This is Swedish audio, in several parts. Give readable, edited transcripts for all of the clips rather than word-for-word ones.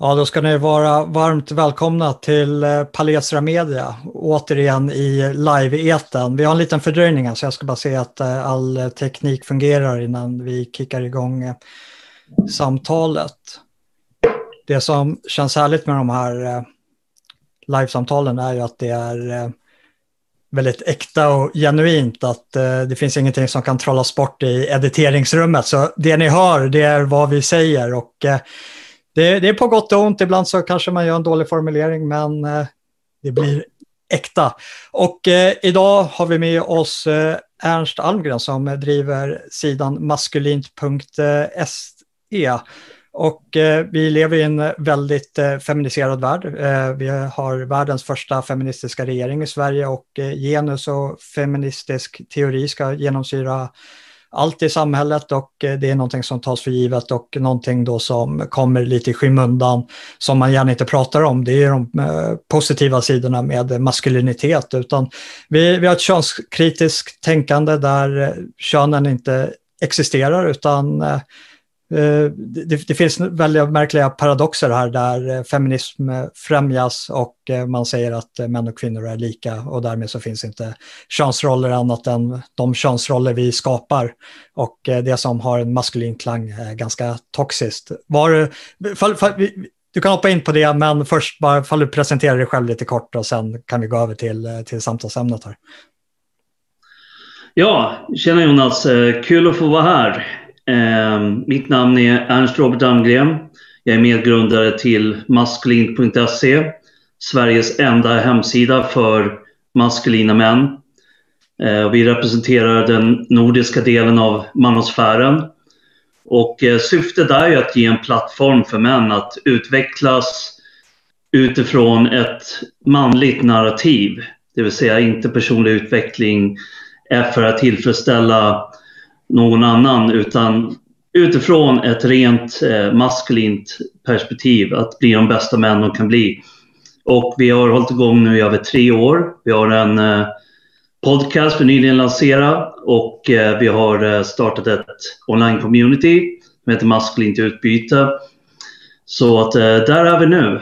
Ja, då ska ni vara varmt välkomna till Palestra Media, återigen i live-eten. Vi har en liten fördröjning här, så jag ska bara se att all teknik fungerar innan vi kickar igång samtalet. Det som känns härligt med de här live-samtalen är ju att det är väldigt äkta och genuint, att det finns ingenting som kan trollas bort i editeringsrummet. Så det ni hör, det är vad vi säger, och det är på gott och ont. Ibland så kanske man gör en dålig formulering, men det blir äkta. Och idag har vi med oss Ernst Almgren som driver sidan maskulint.se. Och vi lever i en väldigt feminiserad värld. Vi har världens första feministiska regering i Sverige, och genus och feministisk teori ska genomsyra allt i samhället, och det är någonting som tas för givet och någonting då som kommer lite i skymundan som man gärna inte pratar om. Det är de positiva sidorna med maskulinitet, utan vi har ett könskritiskt tänkande där könen inte existerar, utan det finns väldigt märkliga paradoxer här där feminism främjas och man säger att män och kvinnor är lika, och därmed så finns inte könsroller annat än de könsroller vi skapar, och det som har en maskulin klang är ganska toxiskt. Du kan hoppa in på det, men först bara fall du presenterar dig själv lite kort, och sen kan vi gå över till samtalsämnet här. Ja, tjena Jonas, kul att få vara här. Mitt namn är Ernst Robert Almgren. Jag är medgrundare till maskulint.se, Sveriges enda hemsida för maskulina män. Vi representerar den nordiska delen av manosfären, och syftet är att ge en plattform för män att utvecklas utifrån ett manligt narrativ, det vill säga inte personlig utveckling är för att tillfredsställa någon annan, utan utifrån ett rent maskulint perspektiv, att bli de bästa män de kan bli. Och vi har hållit igång nu i över 3 år. Vi har en podcast vi nyligen lanserat, och vi har startat ett online-community som heter Maskulint utbyte. Så att där är vi nu.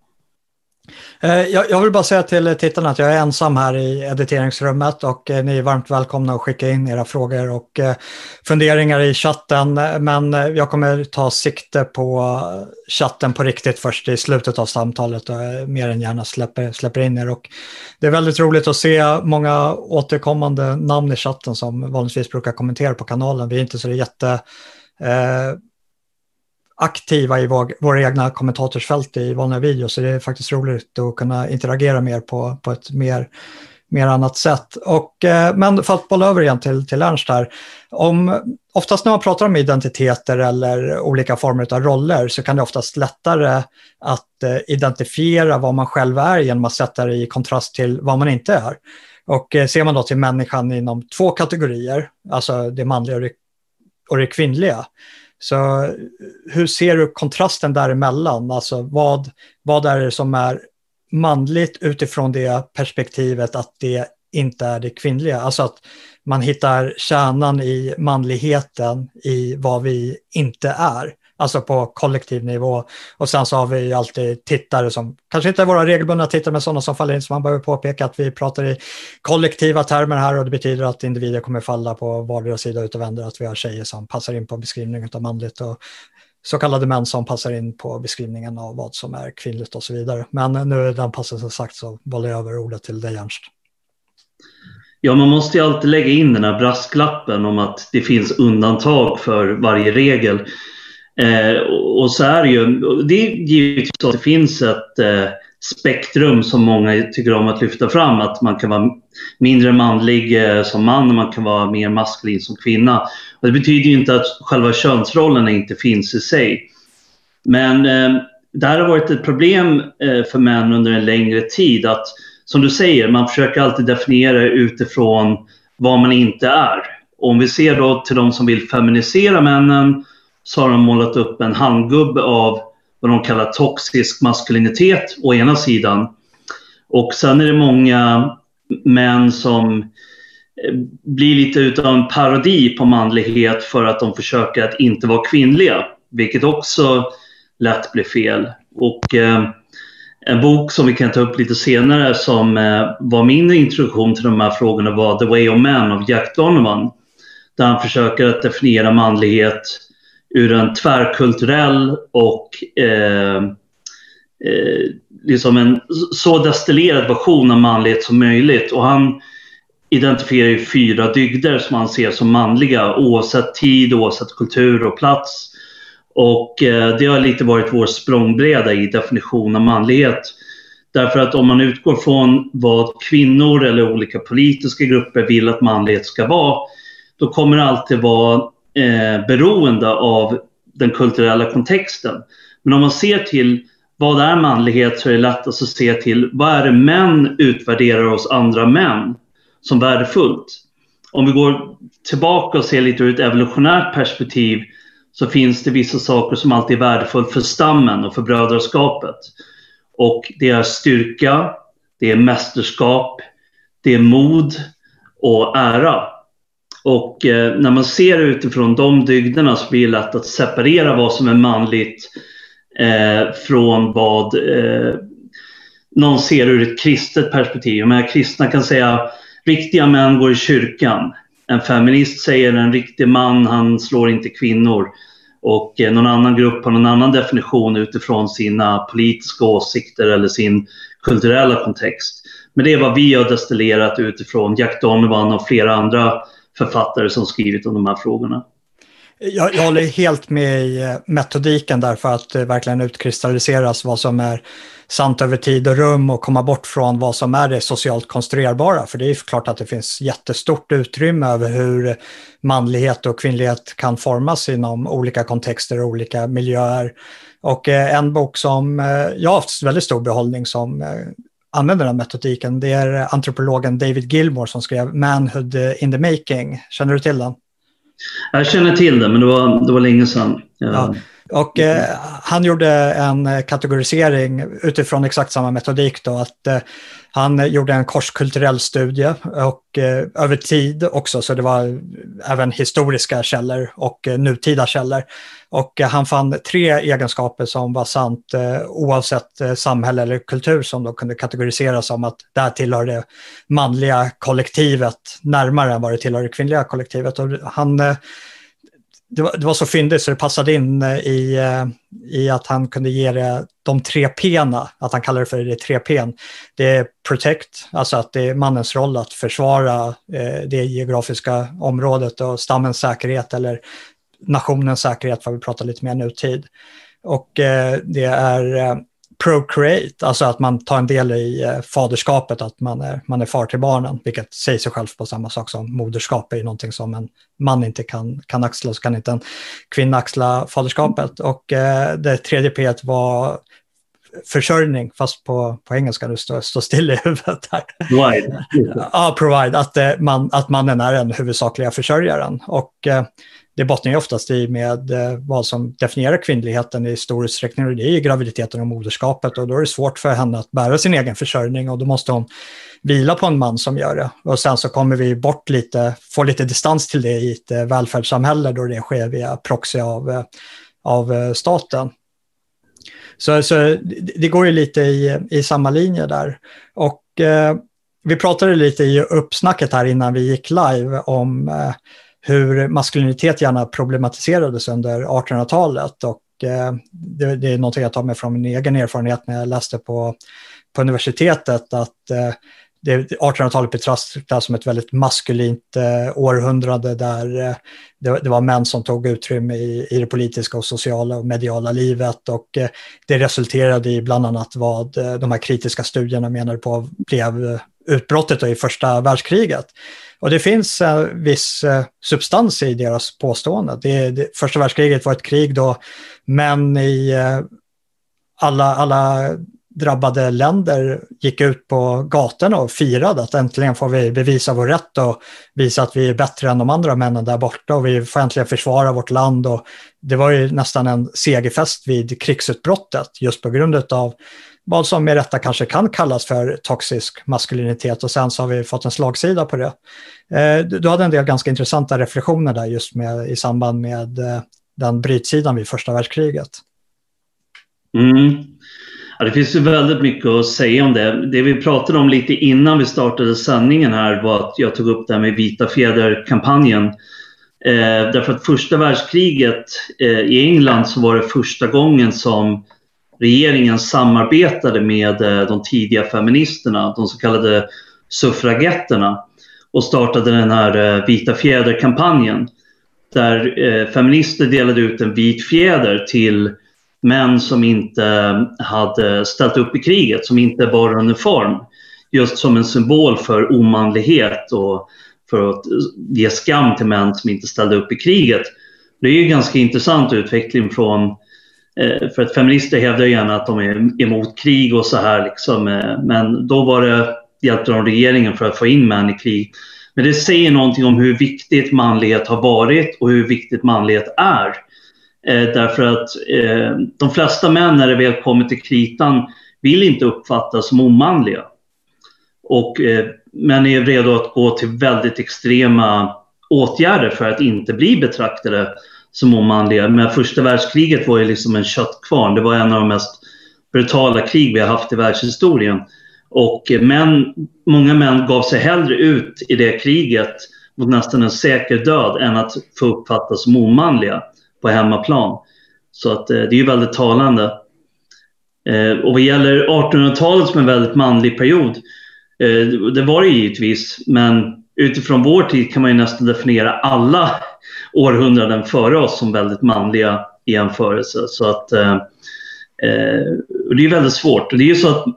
Jag vill bara säga till tittarna att jag är ensam här i editeringsrummet, och ni är varmt välkomna att skicka in era frågor och funderingar i chatten, men jag kommer ta sikte på chatten på riktigt först i slutet av samtalet, och mer än gärna släpper in er. Och det är väldigt roligt att se många återkommande namn i chatten som vanligtvis brukar kommentera på kanalen. Vi är inte så jätte aktiva i våra egna kommentatorsfält i vanliga videos, så det är faktiskt roligt att kunna interagera mer på ett mer annat sätt. Men för att bolla över igen till Ernst här, oftast när man pratar om identiteter eller olika former av roller, så kan det oftast lättare att identifiera vad man själv är genom att sätta det i kontrast till vad man inte är. Och ser man då till människan inom 2 kategorier, alltså det manliga och det kvinnliga, så hur ser du kontrasten däremellan? Alltså vad är det som är manligt utifrån det perspektivet att det inte är det kvinnliga? Alltså att man hittar kärnan i manligheten i vad vi inte är. Alltså på kollektiv nivå. Och sen så har vi alltid tittare som kanske inte är våra regelbundna tittare, men sådana som faller in, så man behöver påpeka att vi pratar i kollektiva termer här, och det betyder att individer kommer falla på vardera sida utav ändra, att vi har tjejer som passar in på beskrivningen av manligt och så kallade män som passar in på beskrivningen av vad som är kvinnligt och så vidare. Men nu är den passet sagt, så bollar jag över ordet till dig, Ernst. Ja, man måste ju alltid lägga in den här brasklappen om att det finns undantag för varje regel. Och så är det ju, det är givetvis så att det finns ett spektrum som många tycker om att lyfta fram, att man kan vara mindre manlig som man och man kan vara mer maskulin som kvinna. Och det betyder ju inte att själva könsrollerna inte finns i sig. Men det här har varit ett problem för män under en längre tid, att som du säger, man försöker alltid definiera utifrån vad man inte är. Och om vi ser då till de som vill feminisera männen, så har de målat upp en handgubbe av vad de kallar toxisk maskulinitet å ena sidan. Och sen är det många män som blir lite utav en parodi på manlighet för att de försöker att inte vara kvinnliga, vilket också lätt blir fel. Och en bok som vi kan ta upp lite senare som var min introduktion till de här frågorna var The Way of Man av Jack Donovan. Där han försöker att definiera manlighet ur en tvärkulturell och liksom en så destillerad version av manlighet som möjligt. Och han identifierar ju 4 dygder som han ser som manliga oavsett tid, oavsett kultur och plats. Och det har lite varit vår språngbräda i definition av manlighet. Därför att om man utgår från vad kvinnor eller olika politiska grupper vill att manlighet ska vara, då kommer det alltid vara beroende av den kulturella kontexten. Men om man ser till vad är manlighet så är det lättast att se till vad är det män utvärderar hos andra män som värdefullt. Om vi går tillbaka och ser lite ur ett evolutionärt perspektiv så finns det vissa saker som alltid är värdefullt för stammen och för brödraskapet. Och det är styrka, det är mästerskap, det är mod och ära. Och när man ser utifrån de dygderna så blir det lätt att separera vad som är manligt från vad någon ser ur ett kristet perspektiv. Men kristna kan säga riktiga män går i kyrkan. En feminist säger en riktig man, han slår inte kvinnor. Och någon annan grupp har någon annan definition utifrån sina politiska åsikter eller sin kulturella kontext. Men det är vad vi har destillerat utifrån Jack Donovan och flera andra författare som skrivit om de här frågorna. Jag håller helt med i metodiken därför att det verkligen utkristalliseras vad som är sant över tid och rum och komma bort från vad som är det socialt konstruerbara. För det är klart att det finns jättestort utrymme över hur manlighet och kvinnlighet kan formas inom olika kontexter och olika miljöer. Och en bok som jag har haft väldigt stor behållning som använder den metodiken, det är antropologen David Gilmour som skrev Manhood in the Making. Känner du till den? Jag känner till det, men det var länge sedan. Ja. Och han gjorde en kategorisering utifrån exakt samma metodik då, att han gjorde en korskulturell studie och över tid också, så det var även historiska källor och nutida källor. Och han fann 3 egenskaper som var sant oavsett samhälle eller kultur som då kunde kategoriseras som att där tillhör det manliga kollektivet närmare än vad det tillhör det kvinnliga kollektivet. Och det var så fyndigt så det passade in i att han kunde ge det de 3 P:na, att han kallar det för det 3 P:n. Det är protect, alltså att det är mannens roll att försvara det geografiska området och stammens säkerhet eller nationens säkerhet, för vi pratar lite mer nutid. Och det är procreate, alltså att man tar en del i faderskapet, att man är far till barnen, vilket säger sig själv på samma sak som moderskap är någonting som en man inte kan axla, så kan inte en kvinna axla faderskapet. Och det 3:e P var försörjning, fast på engelska, du står still i huvudet här. Provide. Ja, provide, att mannen är den huvudsakliga försörjaren. Och det bottnar ju oftast i med vad som definierar kvinnligheten i stor utsträckning, och det är graviditeten och moderskapet, och då är det svårt för henne att bära sin egen försörjning och då måste hon vila på en man som gör det. Och sen så kommer vi bort få lite distans till det i ett välfärdssamhälle då det sker via proxy av staten. Så det går ju lite i samma linje där. Och vi pratade lite i uppsnacket här innan vi gick live om hur maskulinitet gärna problematiserades under 1800-talet, och det är någonting jag tar med från min egen erfarenhet när jag läste på universitetet, att 1800-talet betraktas som ett väldigt maskulint århundrade där det var män som tog utrymme i det politiska och sociala och mediala livet, och det resulterade i bland annat vad de här kritiska studierna menade på blev utbrottet i första världskriget. Och det finns viss substans i deras påstående. Första världskriget var ett krig då män i alla drabbade länder gick ut på gatorna och firade att äntligen får vi bevisa vår rätt och visa att vi är bättre än de andra männen där borta, och vi får äntligen försvara vårt land. Och det var ju nästan en segerfest vid krigsutbrottet just på grund av vad som med rätta kanske kan kallas för toxisk maskulinitet, och sen så har vi fått en slagsida på det. Du hade en del ganska intressanta reflektioner där just i samband med den brytsidan vid första världskriget. Ja, det finns ju väldigt mycket att säga om det. Det vi pratade om lite innan vi startade sändningen här var att jag tog upp det här med Vita fjäder-kampanjen. Därför att första världskriget i England så var det första gången som regeringen samarbetade med de tidiga feministerna, de så kallade suffragetterna, och startade den här Vita fjäder-kampanjen där feminister delade ut en vit fjäder till män som inte hade ställt upp i kriget, som inte bar uniform, just som en symbol för omanlighet och för att ge skam till män som inte ställde upp i kriget. Det är ju en ganska intressant utveckling från, för att feminister hävdar gärna att de är emot krig och så här liksom, men då hjälpte de regeringen för att få in män i krig. Men det säger någonting om hur viktigt manlighet har varit och hur viktigt manlighet är. Därför att de flesta män när det väl kommer till kritan vill inte uppfattas som omanliga. Och män är redo att gå till väldigt extrema åtgärder för att inte bli betraktade som omanliga. Men första världskriget var ju liksom en köttkvarn. Det var en av de mest brutala krig vi har haft i världshistorien. Och många män gav sig hellre ut i det kriget mot nästan en säker död än att få uppfattas som omanliga på hemmaplan. Så att det är ju väldigt talande. Och vad gäller 1800-talet som en väldigt manlig period, det var det givetvis, men utifrån vår tid kan man ju nästan definiera alla århundraden före oss som väldigt manliga i jämförelse. Så att och det är väldigt svårt. Och det är ju så att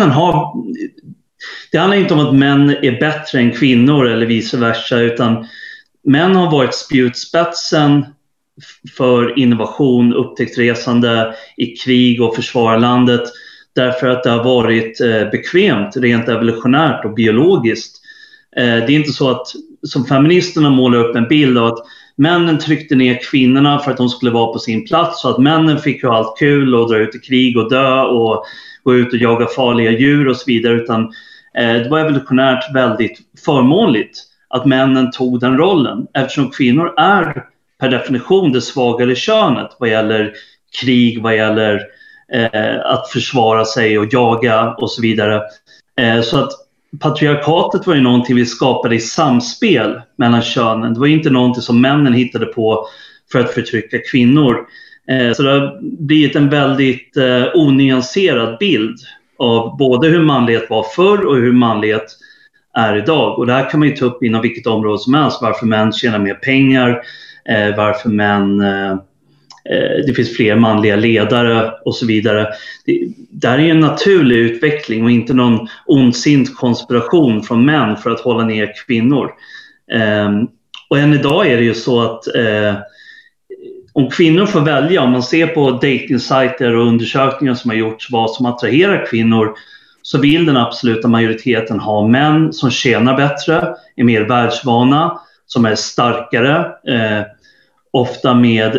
det handlar inte om att män är bättre än kvinnor eller vice versa, utan män har varit spjutspetsen för innovation, upptäcktsresande i krig och försvara landet, därför att det har varit bekvämt, rent evolutionärt och biologiskt. Det är inte så att, som feministerna målar upp en bild av att männen tryckte ner kvinnorna för att de skulle vara på sin plats, så att männen fick ju allt kul och dra ut i krig och dö och gå ut och jaga farliga djur och så vidare, utan det var evolutionärt väldigt förmånligt att männen tog den rollen, eftersom kvinnor är per definition det svagare könet vad gäller krig, vad gäller att försvara sig och jaga och så vidare. Så att patriarkatet var ju någonting vi skapade i samspel mellan könen. Det var inte någonting som männen hittade på för att förtrycka kvinnor. Så det har blivit en väldigt onyanserad bild av både hur manlighet var förr och hur manlighet är idag. Och det här kan man ju ta upp inom vilket område som helst. Varför män tjänar mer pengar, varför det finns fler manliga ledare och så vidare. Det här är en naturlig utveckling och inte någon ondsint konspiration från män för att hålla ner kvinnor. Och än idag är det ju så att om kvinnor får välja, om man ser på datingsajter och undersökningar som har gjorts vad som attraherar kvinnor, så vill den absoluta majoriteten ha män som tjänar bättre, är mer världsvana, som är starkare, ofta med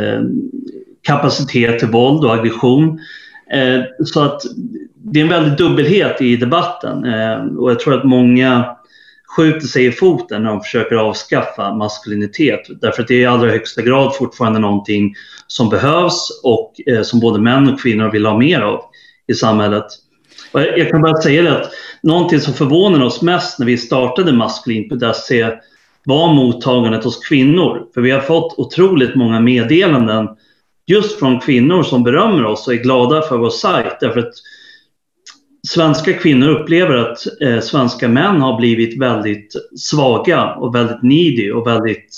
kapacitet till våld och aggression. Så att det är en väldigt dubbelhet i debatten. Och jag tror att många skjuter sig i foten när de försöker avskaffa maskulinitet. Därför att det är i allra högsta grad fortfarande någonting som behövs och som både män och kvinnor vill ha mer av i samhället. Och jag kan bara säga det att någonting som förvånar oss mest när vi startade maskulin.se var mottagandet hos kvinnor. För vi har fått otroligt många meddelanden just från kvinnor som berömmer oss och är glada för vår sajt. Därför att svenska kvinnor upplever att svenska män har blivit väldigt svaga och väldigt needy och väldigt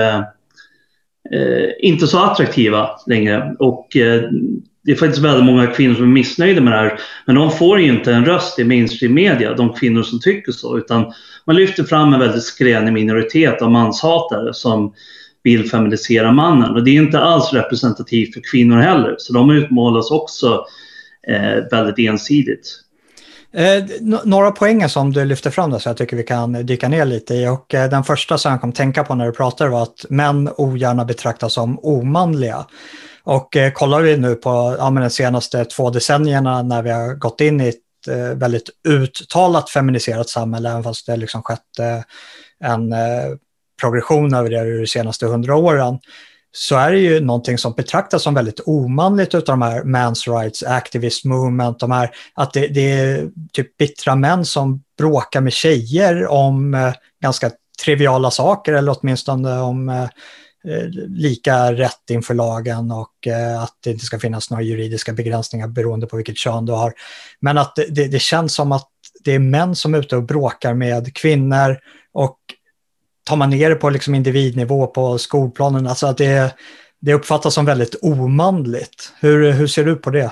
inte så attraktiva längre. Och det är faktiskt väldigt många kvinnor som är missnöjda med det här. Men de får ju inte en röst i mainstream media, de kvinnor som tycker så. Utan man lyfter fram en väldigt skränig minoritet av manshatare som vill feminisera mannen. Och det är inte alls representativt för kvinnor heller. Så de utmålas också väldigt ensidigt. Några poänger som du lyfter fram där så jag tycker vi kan dyka ner lite i. Och den första som jag kom tänka på när du pratade var att män ogärna betraktas som omanliga. Och kollar vi nu på de senaste 2 decennierna när vi har gått in i ett väldigt uttalat feminiserat samhälle, även fast det liksom skett en progression över det de senaste 100 åren, så är det ju någonting som betraktas som väldigt omanligt utav de här men's rights activist movement, att det är typ bittra män som bråkar med tjejer om ganska triviala saker, eller åtminstone om lika rätt inför lagen, och att det inte ska finnas några juridiska begränsningar beroende på vilket kön du har. Men att det känns som att det är män som är ute och bråkar med kvinnor, och tar man ner det på liksom individnivå på skolplanen, alltså att det uppfattas som väldigt omanligt. Hur ser du på det?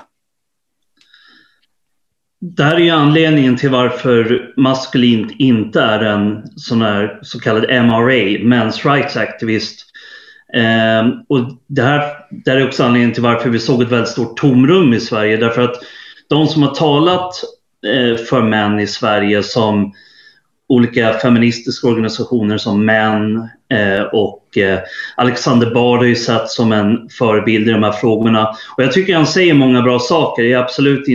Det här är ju anledningen till varför maskulint inte är en sån här så kallad MRA, Men's Rights Activist. Och det här är också anledningen till varför vi såg ett väldigt stort tomrum i Sverige. Därför att de som har talat för män i Sverige, som olika feministiska organisationer som Män och Alexander Bard har ju sett som en förebild i de här frågorna. Och jag tycker han säger många bra saker. Det är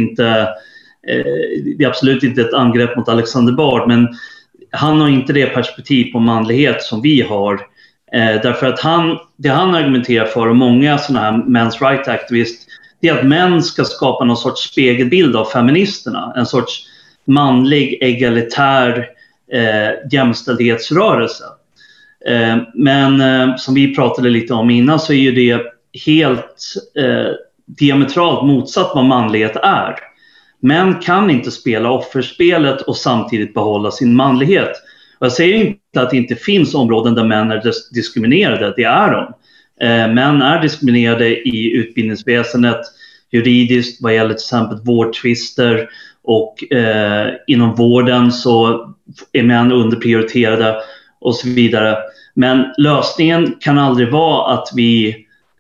absolut inte ett angrepp mot Alexander Bard, men han har inte det perspektiv på manlighet som vi har. Därför att det han argumenterar för, och många sådana här men's rights activists, det är att män ska skapa någon sorts spegelbild av feministerna. En sorts manlig, egalitär jämställdhetsrörelse. Men som vi pratade lite om innan, så är ju det helt diametralt motsatt vad manlighet är. Män kan inte spela offerspelet och samtidigt behålla sin manlighet. Och jag säger inte att det inte finns områden där män är diskriminerade, det är de. Män är diskriminerade i utbildningsväsendet, juridiskt vad gäller till exempel vårdtvister, och inom vården så är män underprioriterade och så vidare. Men lösningen kan aldrig vara att vi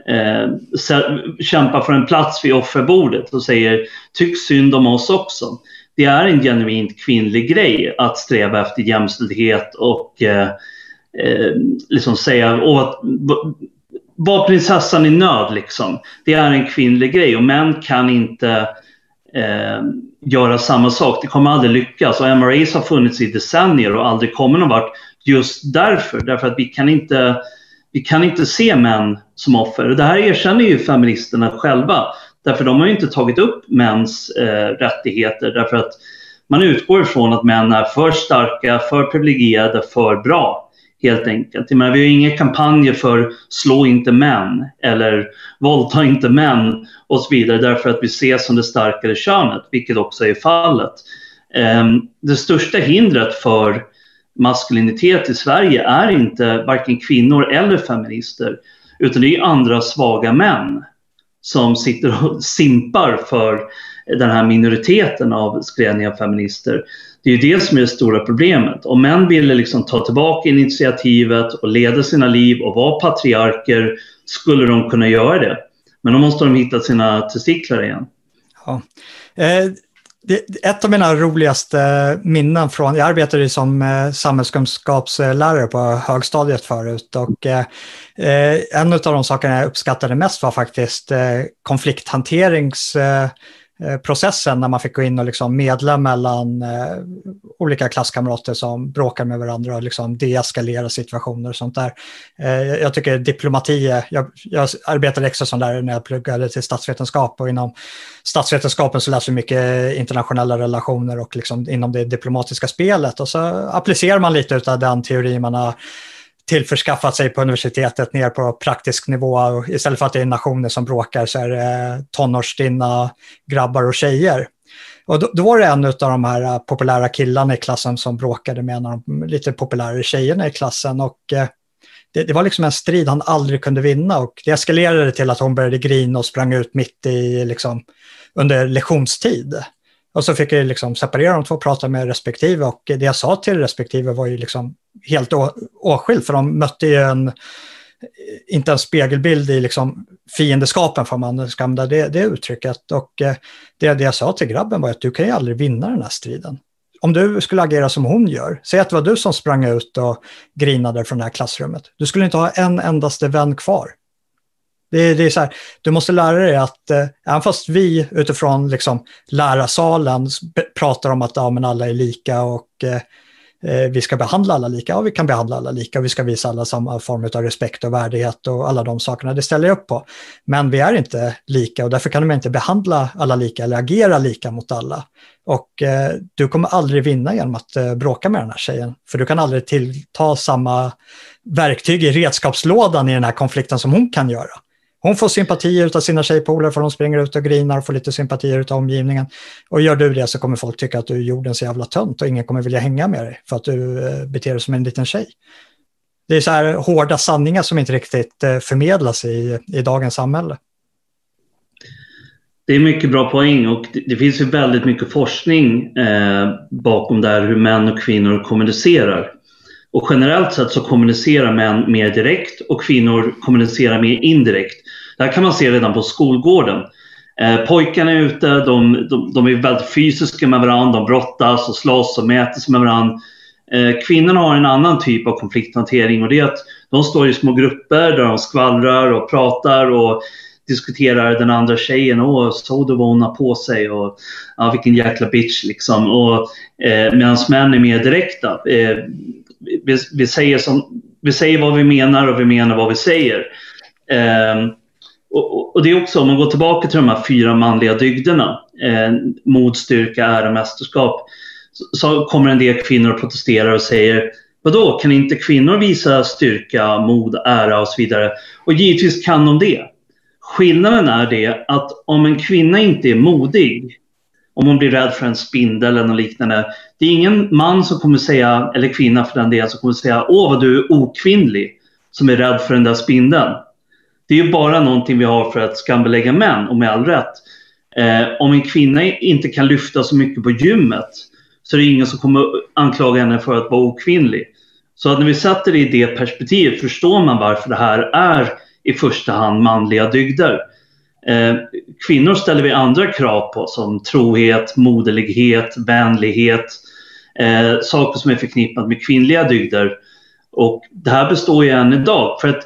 kämpar för en plats vid offerbordet och säger tyck synd om oss också. Det är en genuint kvinnlig grej att sträva efter jämställdhet och liksom säga var prinsessan i nöd liksom. Det är en kvinnlig grej, och män kan inte göra samma sak. Det kommer aldrig lyckas, och MRAs har funnits i decennier och aldrig kommer någon vart just därför att vi kan inte se män som offer. Och det här erkänner ju feministerna själva, därför de har ju inte tagit upp mäns rättigheter, därför att man utgår ifrån att män är för starka, för privilegierade, för bra helt enkelt. Men vi har inga kampanjer för slå inte män eller våldta inte män och så vidare, därför att vi ses som det starkare könet, vilket också är fallet. Det största hindret för maskulinitet i Sverige är inte varken kvinnor eller feminister, utan det är andra svaga män som sitter och simpar för den här minoriteten av skräniga feminister. Det är ju det som är det stora problemet. Om män ville liksom ta tillbaka initiativet och leda sina liv och vara patriarker, skulle de kunna göra det. Men då måste de hitta sina testiklar igen. Ja. Ett av mina roligaste minnen från, jag arbetade som samhällskunskapslärare på högstadiet förut, och en av de sakerna jag uppskattade mest var faktiskt konflikthanteringsprocessen, när man fick gå in och liksom medla mellan olika klasskamrater som bråkar med varandra och liksom deeskalera situationer och sånt där. Jag tycker diplomati, jag arbetade extra som lärare när jag pluggade till statsvetenskap, och inom statsvetenskapen så läser vi mycket internationella relationer och liksom inom det diplomatiska spelet, och så applicerar man lite av den teori man har tillförskaffat sig på universitetet ner på praktisk nivå, och istället för att det är nationer som bråkar så är det tonårsstinna grabbar och tjejer. Och då var det en av de här populära killarna i klassen som bråkade med en av de lite populärare tjejerna i klassen, och det var liksom en strid han aldrig kunde vinna, och det eskalerade till att hon började grina och sprang ut mitt i liksom under lektionstid. Och så fick jag liksom separera de två och prata med respektive, och det jag sa till respektive var ju liksom helt åskilt, för de mötte ju inte en spegelbild i liksom fiendeskapen, för man ska använda det uttrycket. Och det jag sa till grabben var att du kan ju aldrig vinna den här striden. Om du skulle agera som hon gör, säg att det var du som sprang ut och grinade från det här klassrummet. Du skulle inte ha en endaste vän kvar. Det är så här, du måste lära dig att även fast vi utifrån liksom lärarsalen pratar om att men alla är lika och vi ska behandla alla lika. Ja, vi kan behandla alla lika och vi ska visa alla samma form av respekt och värdighet och alla de sakerna. Det ställer jag upp på. Men vi är inte lika och därför kan man inte behandla alla lika eller agera lika mot alla. Och du kommer aldrig vinna genom att bråka med den här tjejen. För du kan aldrig tillta samma verktyg i redskapslådan i den här konflikten som hon kan göra. Hon får sympatier av sina tjejpolare för de springer ut och grinar och får lite sympatier av omgivningen. Och gör du det så kommer folk tycka att du är jordens jävla tönt och ingen kommer vilja hänga med dig för att du beter dig som en liten tjej. Det är så här hårda sanningar som inte riktigt förmedlas i dagens samhälle. Det är mycket bra poäng och det finns ju väldigt mycket forskning bakom där hur män och kvinnor kommunicerar. Och generellt sett så kommunicerar män mer direkt och kvinnor kommunicerar mer indirekt. Det här kan man se redan på skolgården. Pojkarna är ute, de är väldigt fysiska med varandra, de brottas och slåss och mäter sig med varandra. Kvinnorna har en annan typ av konflikthantering och det är att de står i små grupper där de skvallrar och pratar och diskuterar den andra tjejen. Så du vad hon har på sig och vilken jäkla bitch liksom. Och medan män är mer direkta. Vi säger vad vi menar och vi menar vad vi säger. Och det är också, om man går tillbaka till de här 4 manliga dygderna, mod, styrka, ära, mästerskap, så kommer en del kvinnor och protesterar och säger, vadå, kan inte kvinnor visa styrka, mod, ära och så vidare? Och givetvis kan de det. Skillnaden är det att om en kvinna inte är modig, om hon blir rädd för en spindel eller något liknande, det är ingen man som kommer säga, eller kvinna för den delen, som kommer säga, vad du är okvinnlig som är rädd för den där spindeln. Det är ju bara någonting vi har för att skambelägga män, och med all rätt. Om en kvinna inte kan lyfta så mycket på gymmet så är det ingen som kommer anklaga henne för att vara okvinnlig. Så att när vi sätter det i det perspektivet förstår man varför det här är i första hand manliga dygder. Kvinnor ställer vi andra krav på som trohet, moderlighet, vänlighet, saker som är förknippat med kvinnliga dygder. Och det här består ju än idag. För att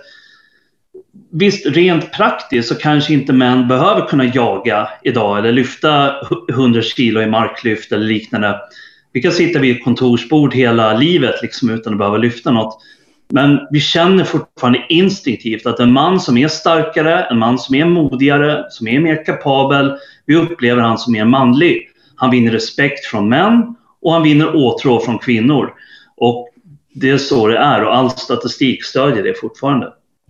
visst, rent praktiskt så kanske inte män behöver kunna jaga idag eller lyfta 100 kilo i marklyft eller liknande. Vi kan sitta vid ett kontorsbord hela livet liksom, utan att behöva lyfta något. Men vi känner fortfarande instinktivt att en man som är starkare, en man som är modigare, som är mer kapabel, vi upplever han som mer manlig. Han vinner respekt från män och han vinner åtrå från kvinnor. Och det är så det är, och all statistik stödjer det fortfarande.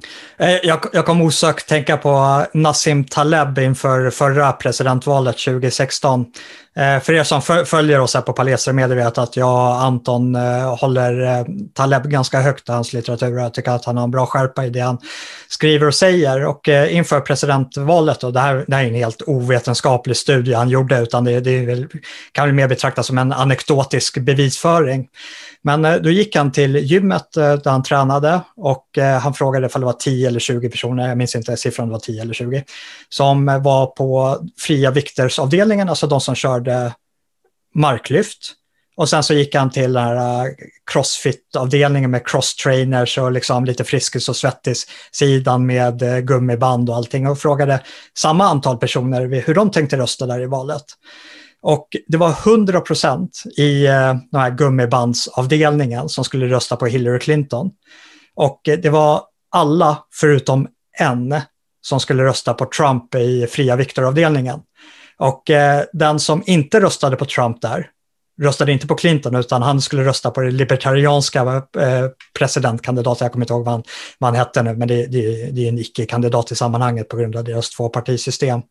Jag kom osökt tänka på Nassim Taleb inför förra presidentvalet 2016. För er som följer oss här på Palestra Medier vet att jag och Anton håller Taleb ganska högt i hans litteratur. Jag tycker att han har en bra skärpa i det han skriver och säger. Och inför presidentvalet, och det här är en helt ovetenskaplig studie han gjorde, utan det kan väl mer betraktas som en anekdotisk bevisföring. Men då gick han till gymmet där han tränade och han frågade ifall det var 10 eller 20 personer, jag minns inte siffran, det var 10 eller 20, som var på fria viktersavdelningen, alltså de som körde marklyft. Och sen så gick han till den här crossfit-avdelningen med cross-trainers och liksom lite friskis och svettis-sidan med gummiband och allting och frågade samma antal personer hur de tänkte rösta där i valet. Och det var 100% i den här gummibandsavdelningen som skulle rösta på Hillary Clinton. Och det var alla förutom en som skulle rösta på Trump i fria viktoravdelningen. Och den som inte röstade på Trump där röstade inte på Clinton, utan han skulle rösta på det libertarianska presidentkandidaten. Jag kommer inte ihåg vad han hette nu, men det är en icke-kandidat i sammanhanget på grund av deras tvåpartisystem.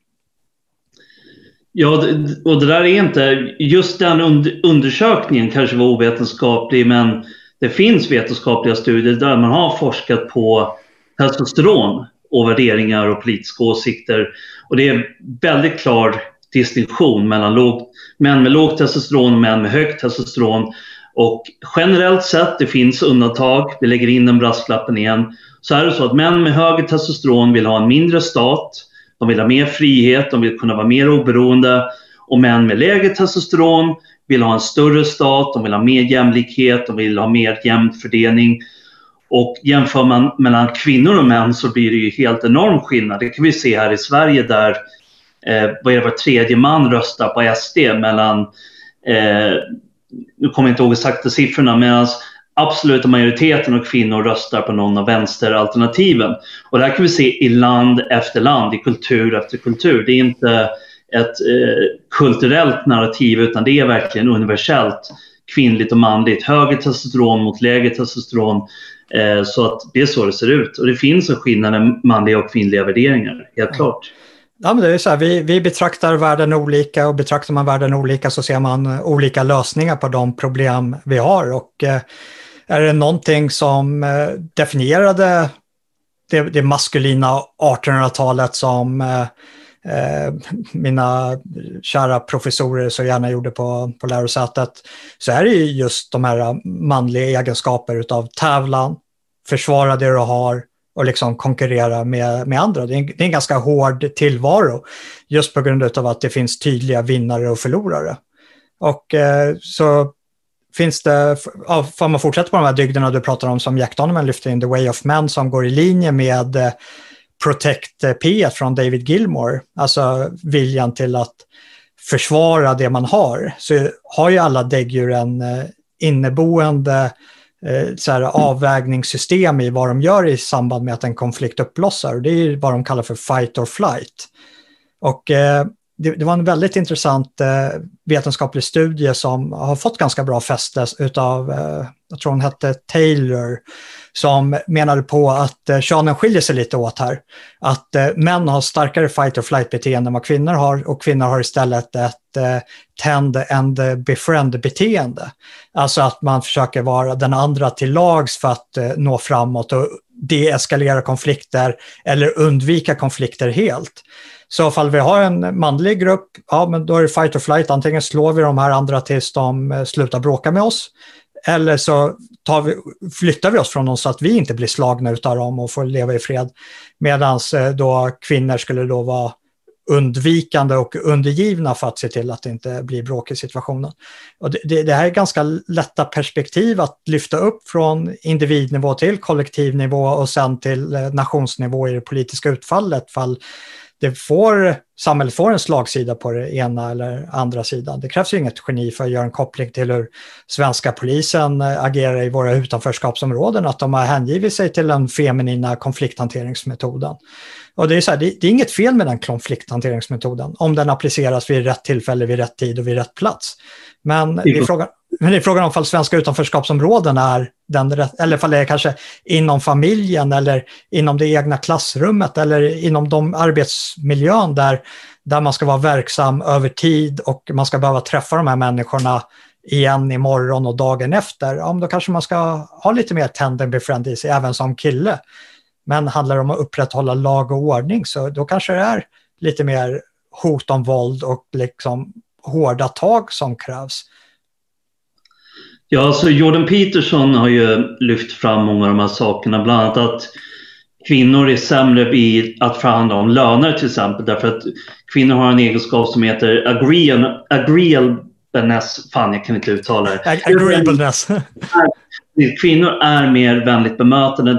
Ja, och det där är inte, just den undersökningen kanske var ovetenskaplig, men det finns vetenskapliga studier där man har forskat på testosteron och värderingar och politiska åsikter. Och det är väldigt klar distinktion mellan män med lågt testosteron och män med högt testosteron. Och generellt sett, det finns undantag, vi lägger in den brasklappen igen, så är det så att män med högre testosteron vill ha en mindre stat, de vill ha mer frihet, de vill kunna vara mer oberoende, och män med lägre testosteron vill ha en större stat, de vill ha mer jämlikhet, de vill ha mer jämn fördelning. Och jämför man mellan kvinnor och män så blir det ju helt enorm skillnad. Det kan vi se här i Sverige där var tredje man röstar på SD mellan nu kommer jag inte ihåg exakta siffrorna, medan absoluta majoriteten av kvinnor röstar på någon av vänsteralternativen. Och det här kan vi se i land efter land, i kultur efter kultur. Det är inte ett kulturellt narrativ, utan det är verkligen universellt, kvinnligt och manligt, högre testosteron mot lägre testosteron, så att det är så det ser ut. Och det finns en skillnad i manliga och kvinnliga värderingar, helt klart. Ja, men det är så här, vi betraktar världen olika, och betraktar man världen olika så ser man olika lösningar på de problem vi har. Och är det någonting som definierade det maskulina 1800-talet som mina kära professorer så gärna gjorde på lärosätet, så är det ju just de här manliga egenskaper utav tävlan, försvara det du har och liksom konkurrera med andra. Det är en ganska hård tillvaro just på grund av att det finns tydliga vinnare och förlorare. Och så finns det, får man fortsätta på de här dygderna du pratar om som Jack Donovan lyfter in, The Way of Men, som går i linje med Protect P1 från David Gilmour, alltså viljan till att försvara det man har, så har ju alla däggdjur en inneboende så här, avvägningssystem i vad de gör i samband med att en konflikt uppblossar, och det är vad de kallar för fight or flight. Och det var en väldigt intressant vetenskaplig studie som har fått ganska bra fäste utav, jag tror hon hette Taylor, som menade på att könen skiljer sig lite åt här. Att män har starkare fight or flight beteende än vad kvinnor har, och kvinnor har istället ett tend and befriend beteende. Alltså att man försöker vara den andra till lags för att nå framåt och deeskalera konflikter eller undvika konflikter helt. Så ifall vi har en manlig grupp, ja, men då är det fight or flight. Antingen slår vi de här andra tills de slutar bråka med oss, eller så flyttar vi oss från dem så att vi inte blir slagna utav dem och får leva i fred. Medan då kvinnor skulle då vara undvikande och undergivna för att se till att det inte blir bråk i situationen. Och det här är ganska lätta perspektiv att lyfta upp från individnivå till kollektivnivå och sen till nationsnivå i det politiska utfallet, fall samhället får en slagsida på det ena eller andra sidan. Det krävs ju inget geni för att göra en koppling till hur svenska polisen agerar i våra utanförskapsområden, att de har hängivit sig till den feminina konflikthanteringsmetoden. Och det är så här, det är inget fel med den konflikthanteringsmetoden om den appliceras vid rätt tillfälle, vid rätt tid och vid rätt plats. Men det är frågan om svenska utanförskapsområden är den rätt, eller ifall det är kanske inom familjen eller inom det egna klassrummet eller inom de arbetsmiljön där man ska vara verksam över tid och man ska behöva träffa de här människorna igen imorgon och dagen efter. Ja, då kanske man ska ha lite mer tend and befriend i sig även som kille. Men handlar det om att upprätthålla lag och ordning, så då kanske det är lite mer hot om våld och liksom hårda tag som krävs. Ja, så Jordan Peterson har ju lyft fram många av de här sakerna, bland annat att kvinnor är sämre vid att förhandla om löner till exempel, därför att kvinnor har en egenskap som heter agreeableness, fan jag kan inte uttala det. Agreeableness. Kvinnor är mer vänligt bemötande,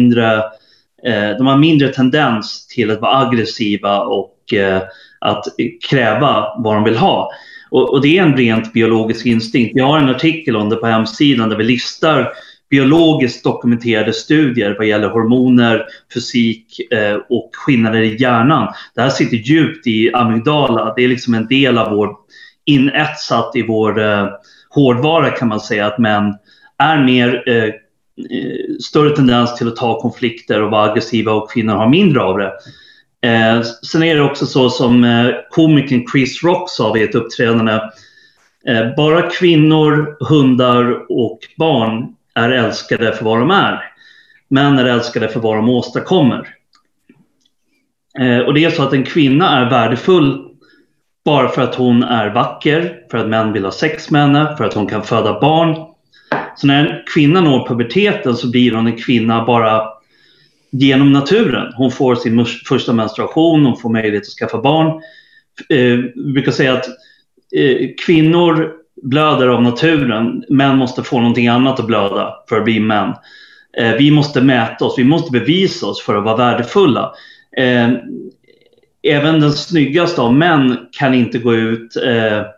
de har mindre tendens till att vara aggressiva och att kräva vad de vill ha. Och det är en rent biologisk instinkt. Vi har en artikel om det på hemsidan där vi listar biologiskt dokumenterade studier vad gäller hormoner, fysik och skillnader i hjärnan. Det här sitter djupt i amygdala. Det är liksom en del av vår inetsat i vår hårdvara, kan man säga, att män är mer större tendens till att ta konflikter och vara aggressiva, och kvinnor har mindre av det. Sen är det också så som komikern Chris Rock sa vid ett uppträdande: bara kvinnor, hundar och barn är älskade för vad de är. Män är älskade för vad de åstadkommer. Och det är så att en kvinna är värdefull bara för att hon är vacker, för att män vill ha sex med henne, för att hon kan föda barn. Så när en kvinna når puberteten så blir hon en kvinna bara genom naturen. Hon får sin första menstruation, hon får möjlighet att skaffa barn. Vi brukar säga att kvinnor blöder av naturen. Män måste få någonting annat att blöda för att bli män. Vi måste mäta oss, vi måste bevisa oss för att vara värdefulla. Även den snyggaste av män kan inte gå ut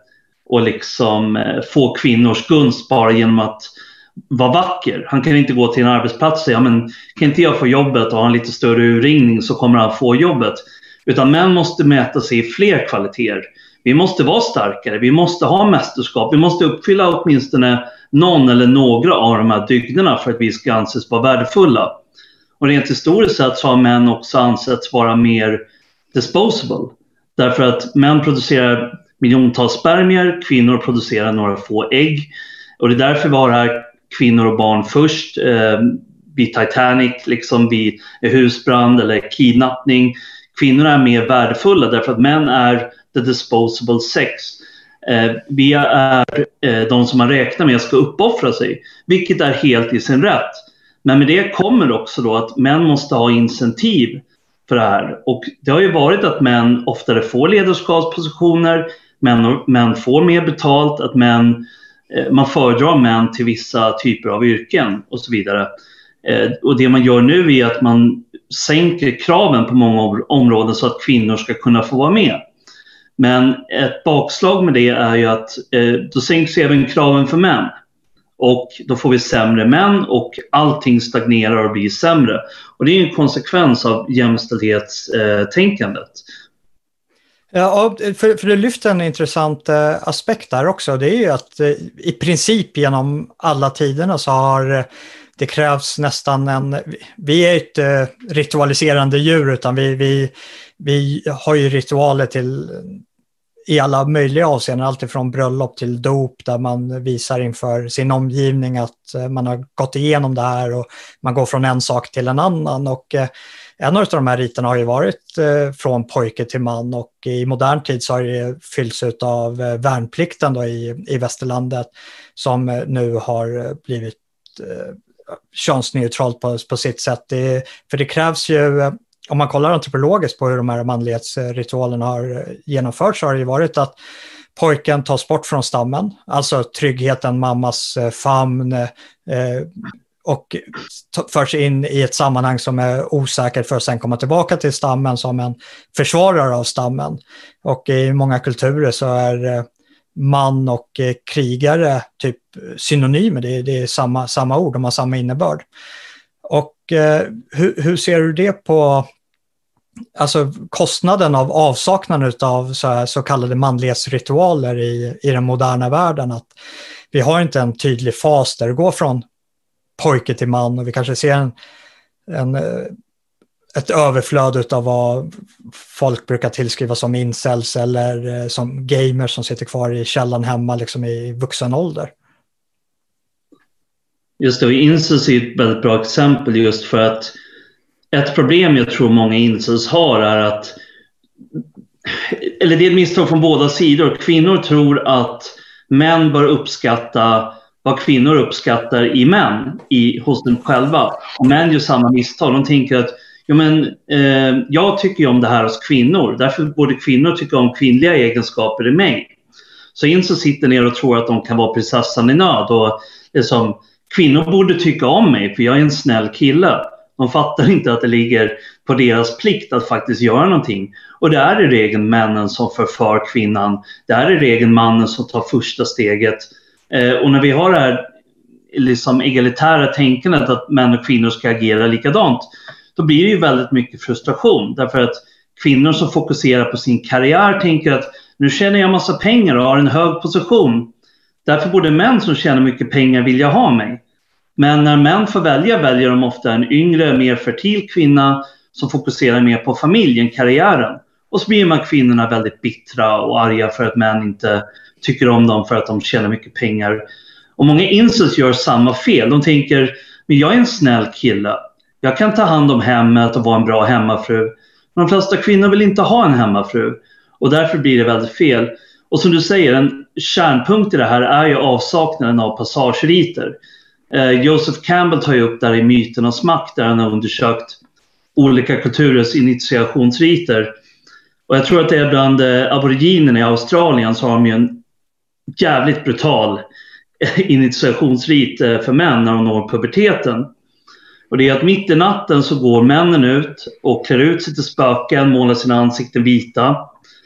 och liksom få kvinnors gunst bara genom att vara vacker. Han kan inte gå till en arbetsplats och säga, men kan inte jag få jobbet och ha en lite större urringning så kommer han få jobbet. Utan män måste mäta sig i fler kvaliteter. Vi måste vara starkare, vi måste ha mästerskap, vi måste uppfylla åtminstone någon eller några av de här dygderna för att vi ska anses vara värdefulla. Och rent historiskt sett så har män också ansetts vara mer disposable. Därför att män producerar miljontals spermier, kvinnor producerar några få ägg. Och det är därför vi har här kvinnor och barn först vid Titanic, liksom vid husbrand eller kidnappning. Kvinnor är mer värdefulla därför att män är the disposable sex. Vi är de som man räknar med ska uppoffra sig, vilket är helt i sin rätt. Men med det kommer också då att män måste ha incentiv för det här. Och det har ju varit att män oftare får ledarskapspositioner, män får mer betalt, att man föredrar män till vissa typer av yrken och så vidare. Och det man gör nu är att man sänker kraven på många områden så att kvinnor ska kunna få vara med. Men ett bakslag med det är ju att då sänks även kraven för män. Och då får vi sämre män och allting stagnerar och blir sämre. Och det är en konsekvens av jämställdhetstänkandet. Ja, för det lyfter en intressant aspekt där också. Det är ju att i princip genom alla tiderna så har det krävs nästan vi är ett ritualiserande djur, utan vi har ju ritualer i alla möjliga avseenden, alltifrån bröllop till dop, där man visar inför sin omgivning att man har gått igenom det här och man går från en sak till en annan. Och en av de här riterna har ju varit från pojke till man, och i modern tid så har det fyllts ut av värnplikten då i västerlandet, som nu har blivit könsneutralt på sitt sätt. För det krävs ju, om man kollar antropologiskt på hur de här manlighetsritualerna har genomförts, så har det ju varit att pojken tas bort från stammen, alltså tryggheten, mammas famn, och förs in i ett sammanhang som är osäkert för att sen komma tillbaka till stammen som en försvarare av stammen. Och i många kulturer så är man och krigare typ synonymer, det är samma ord, de har samma innebörd. Och hur ser du det på alltså kostnaden av avsaknaden av så kallade manlighetsritualer i den moderna världen? Att vi har inte en tydlig fas där det går från pojke till man, och vi kanske ser ett överflöd av vad folk brukar tillskriva som incels eller som gamers som sitter kvar i källan hemma liksom i vuxen ålder. Just det, incels är ett väldigt bra exempel, just för att ett problem jag tror många incels har är att, eller det är ett misstag från båda sidor, kvinnor tror att män bör uppskatta vad kvinnor uppskattar i män hos dem själva. Och män gör samma misstag. De tänker att jag tycker ju om det här hos kvinnor. Därför borde kvinnor tycka om kvinnliga egenskaper i mig. Så incels sitter ner och tror att de kan vara prinsessan i nöd. Och det är som, kvinnor borde tycka om mig för jag är en snäll kille. De fattar inte att det ligger på deras plikt att faktiskt göra någonting. Och det är i regel männen som förför kvinnan. Det är i regel mannen som tar första steget. Och när vi har det här liksom egalitära tänkandet att män och kvinnor ska agera likadant, då blir det ju väldigt mycket frustration. Därför att kvinnor som fokuserar på sin karriär tänker att nu tjänar jag massa pengar och har en hög position. Därför borde män som tjänar mycket pengar vilja ha mig. Men när män får väljer de ofta en yngre, mer fertil kvinna som fokuserar mer på familjen, karriären. Och så blir man kvinnorna väldigt bittra och arga för att män inte tycker om dem för att de tjänar mycket pengar. Och många incels gör samma fel. De tänker, men jag är en snäll kille. Jag kan ta hand om hemmet och vara en bra hemmafru. Men de flesta kvinnor vill inte ha en hemmafru. Och därför blir det väldigt fel. Och som du säger, en kärnpunkt i det här är ju avsaknaden av passageriter. Joseph Campbell tar ju upp där i Myternas makt, där han har undersökt olika kulturers initiationsriter. Och jag tror att det är bland aboriginerna i Australien så har de ju en jävligt brutal initiationsrit för män när de når puberteten. Och det är att mitt i natten så går männen ut och klär ut sig till spöken, målar sina ansikten vita.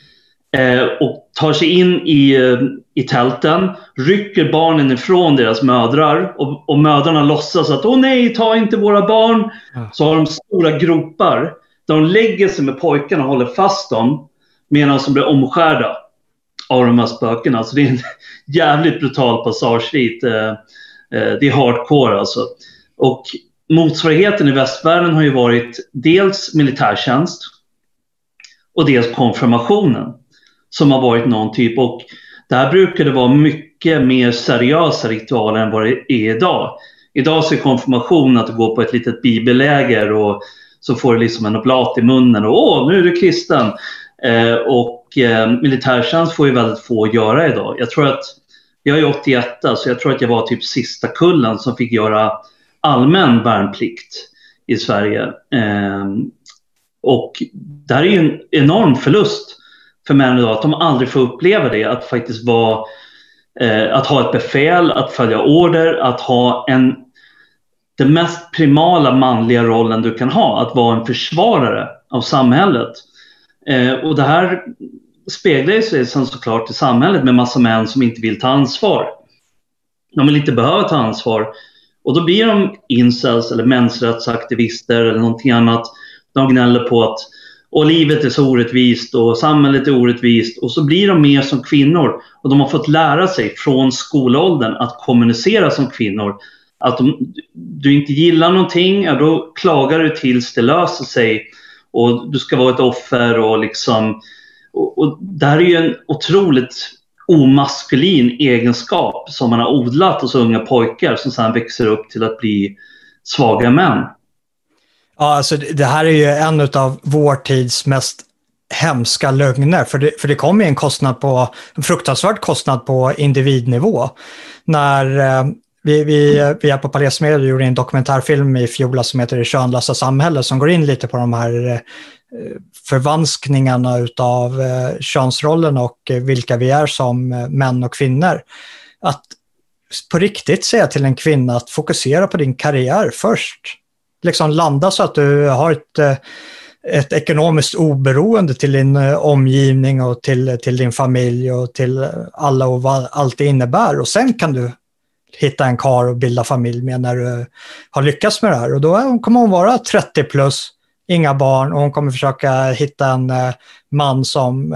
och tar sig in i tälten, rycker barnen ifrån deras mödrar och mödrarna låtsas att åh nej, ta inte våra barn. Så har de stora gropar där de lägger sig med pojkarna och håller fast dem medan de blir omskärda av de här spökena. Så det är en jävligt brutal passage dit. Det är hardcore alltså. Och motsvarigheten i västvärlden har ju varit dels militärtjänst och dels konfirmationen som har varit någon typ. Och där brukar det vara mycket mer seriösa ritualer än vad det är idag. Idag så är konfirmation att du går på ett litet bibelläger och så får du liksom en oblat i munnen och nu är du kristen. Militärtjänst får ju väldigt få göra idag. Jag tror att jag är 81, så jag tror att jag var typ sista kullen som fick göra allmän värnplikt i Sverige. Och det här är ju en enorm förlust för män idag, att de aldrig får uppleva det, att faktiskt vara, att ha ett befäl, att följa order, att ha den mest primala manliga rollen du kan ha, att vara en försvarare av samhället. Och det här speglar sig sen såklart i samhället med massa män som inte vill ta ansvar. De vill inte behöva ta ansvar. Och då blir de incels eller mensrättsaktivister eller någonting annat. De gnäller på att livet är så orättvist och samhället är orättvist. Och så blir de mer som kvinnor. Och de har fått lära sig från skolåldern att kommunicera som kvinnor. Att du inte gillar någonting, ja, då klagar du tills det löser sig. Och du ska vara ett offer och liksom... Och det här är ju en otroligt omaskulin egenskap som man har odlat hos unga pojkar som sedan växer upp till att bli svaga män. Ja, alltså det här är ju en av vår tids mest hemska lögner. För det kommer ju en fruktansvärd kostnad på individnivå. När vi är på Palais Media gjorde en dokumentärfilm i fjol som heter Det könlösa samhället, som går in lite på de här förvanskningarna utav könsrollen och vilka vi är som män och kvinnor. Att på riktigt säga till en kvinna att fokusera på din karriär först. Liksom landa så att du har ett ekonomiskt oberoende till din omgivning och till din familj och till alla och vad allt det innebär. Och sen kan du hitta en karl och bilda familj med när du har lyckats med det här. Och då kommer hon vara 30 plus, inga barn, och hon kommer försöka hitta en man som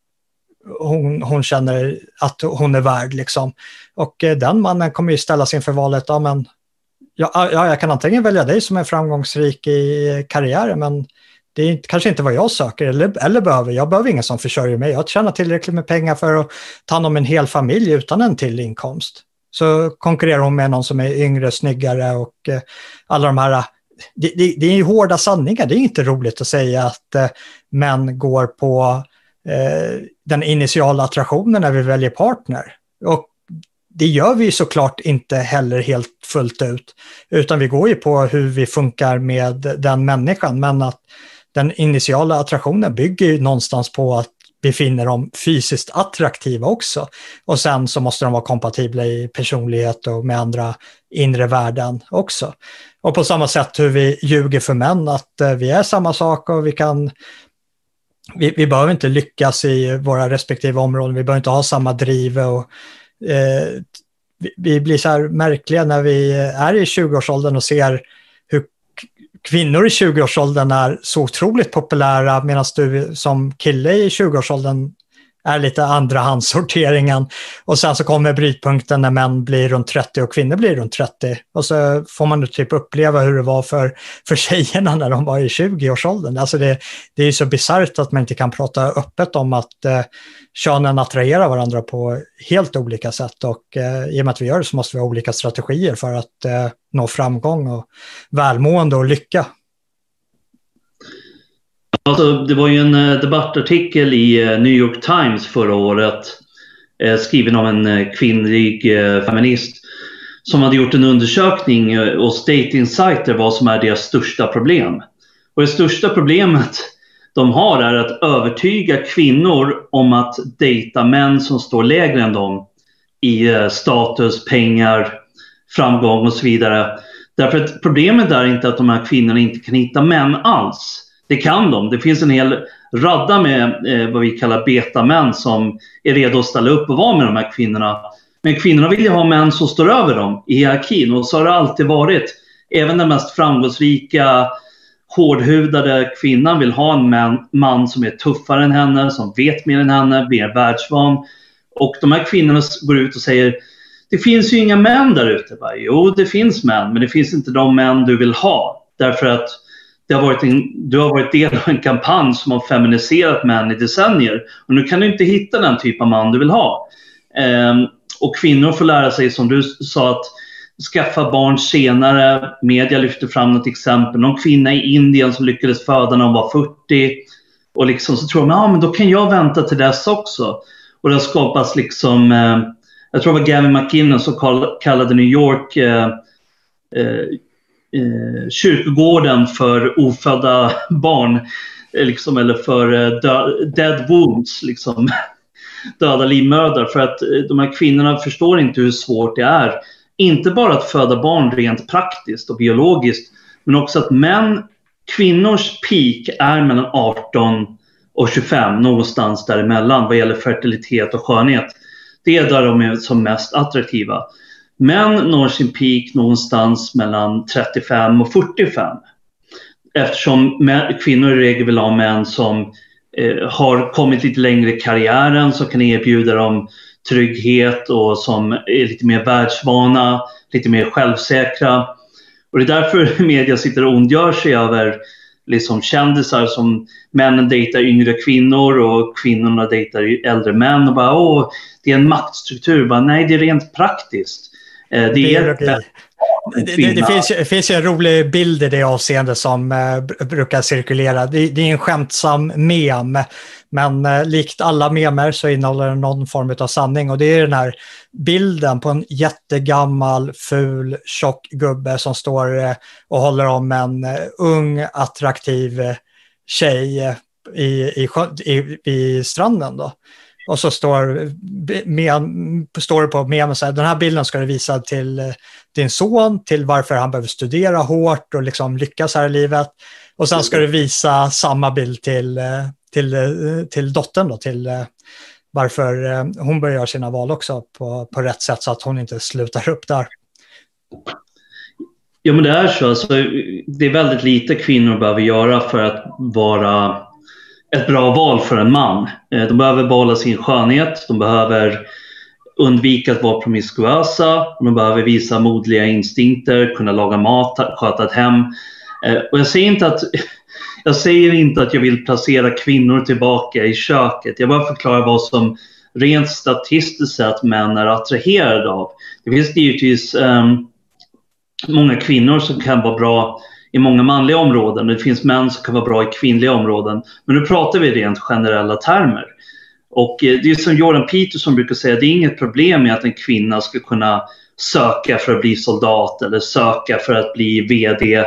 hon känner att hon är värd. Liksom. Och den mannen kommer ju ställa sig inför valet, jag kan antingen välja dig som är framgångsrik i karriären, men det är kanske inte vad jag söker eller behöver. Jag behöver ingen som försörjer mig. Jag tjänar tillräckligt med pengar för att ta hand om en hel familj utan en till inkomst. Så konkurrerar hon med någon som är yngre, snyggare och alla de här... Det är ju hårda sanningar. Det är inte roligt att säga att män går på den initiala attraktionen när vi väljer partner. Och det gör vi såklart inte heller helt fullt ut. Utan vi går ju på hur vi funkar med den människan. Men att den initiala attraktionen bygger ju någonstans på att vi finner dem fysiskt attraktiva också. Och sen så måste de vara kompatibla i personlighet och med andra inre värden också. Och på samma sätt hur vi ljuger för män att vi är samma sak och vi behöver inte lyckas i våra respektive områden. Vi behöver inte ha samma driv och vi blir så här märkliga när vi är i 20-årsåldern och ser hur kvinnor i 20-årsåldern är så otroligt populära medan du som kille i 20-årsåldern är lite andrahandssorteringen. Och sen så kommer brytpunkten när män blir runt 30 och kvinnor blir runt 30. Och så får man typ uppleva hur det var för tjejerna när de var i 20-årsåldern. Alltså det är ju så bisarrt att man inte kan prata öppet om att könen attraherar varandra på helt olika sätt. Och i och med att vi gör det så måste vi ha olika strategier för att nå framgång och välmående och lycka. Alltså, det var ju en debattartikel i New York Times förra året skriven av en kvinnlig feminist som hade gjort en undersökning hos Date Insider vad som är deras största problem. Och det största problemet de har är att övertyga kvinnor om att dejta män som står lägre än dem i status, pengar, framgång och så vidare. Därför att problemet är inte att de här kvinnorna inte kan hitta män alls. Det kan de. Det finns en hel radda med vad vi kallar betamän som är redo att ställa upp och vara med de här kvinnorna. Men kvinnorna vill ju ha män som står över dem i hierarkin, och så har det alltid varit. Även den mest framgångsrika, hårdhudade kvinnan vill ha en man som är tuffare än henne, som vet mer än henne, mer världsvan. Och de här kvinnorna går ut och säger, det finns ju inga män där ute. Jo, det finns män, men det finns inte de män du vill ha. Därför att du har varit del av en kampanj som har feminiserat män i decennier. Och nu kan du inte hitta den typ av man du vill ha. Och kvinnor får lära sig, som du sa, att skaffa barn senare. Media lyfter fram något exempel. Någon kvinna i Indien som lyckades föda när hon var 40. Och liksom så tror de, men då kan jag vänta till dess också. Och det har skapats liksom, jag tror det var Gavin McInnes som kallade New York kyrkogården för ofödda barn. Liksom, eller för dead wombs, liksom. Döda livmödrar, för att de här kvinnorna förstår inte hur svårt det är. Inte bara att föda barn rent praktiskt och biologiskt, men också att kvinnors peak är mellan 18 och 25, någonstans däremellan vad gäller fertilitet och skönhet. Det är där de är som mest attraktiva. Män når sin peak någonstans mellan 35 och 45. Eftersom kvinnor i regel vill ha män som har kommit lite längre i karriären, som kan erbjuda dem trygghet och som är lite mer världsvana, lite mer självsäkra. Och det är därför media sitter och ondgör sig över liksom kändisar som männen dejtar yngre kvinnor och kvinnorna dejtar äldre män och bara, det är en maktstruktur. Bara, nej, det är rent praktiskt. Det finns en rolig bild i det avseende som brukar cirkulera. Det är en skämtsam mem, men likt alla memer så innehåller den någon form av sanning. Och det är den här bilden på en jättegammal, ful, tjock gubbe som står och håller om en ung, attraktiv tjej i stranden då. Och så står det på memen så här, den här bilden ska du visa till din son, till varför han behöver studera hårt och liksom lyckas här i livet. Och sen ska du visa samma bild till dottern då, till varför hon bör göra sina val också på rätt sätt så att hon inte slutar upp där. Ja, men det är så. Alltså, det är väldigt lite kvinnor behöver göra för att vara ett bra val för en man. De behöver behålla sin skönhet, de behöver undvika att vara promiskuösa, de behöver visa modliga instinkter, kunna laga mat, sköta ett hem. Och jag säger inte att jag vill placera kvinnor tillbaka i köket. Jag bara förklarar vad som rent statistiskt sett män är attraherade av. Det finns givetvis många kvinnor som kan vara bra i många manliga områden. Det finns män som kan vara bra i kvinnliga områden. Men nu pratar vi rent generella termer. Och det är som Jordan Peterson brukar säga, det är inget problem med att en kvinna ska kunna söka för att bli soldat eller söka för att bli vd.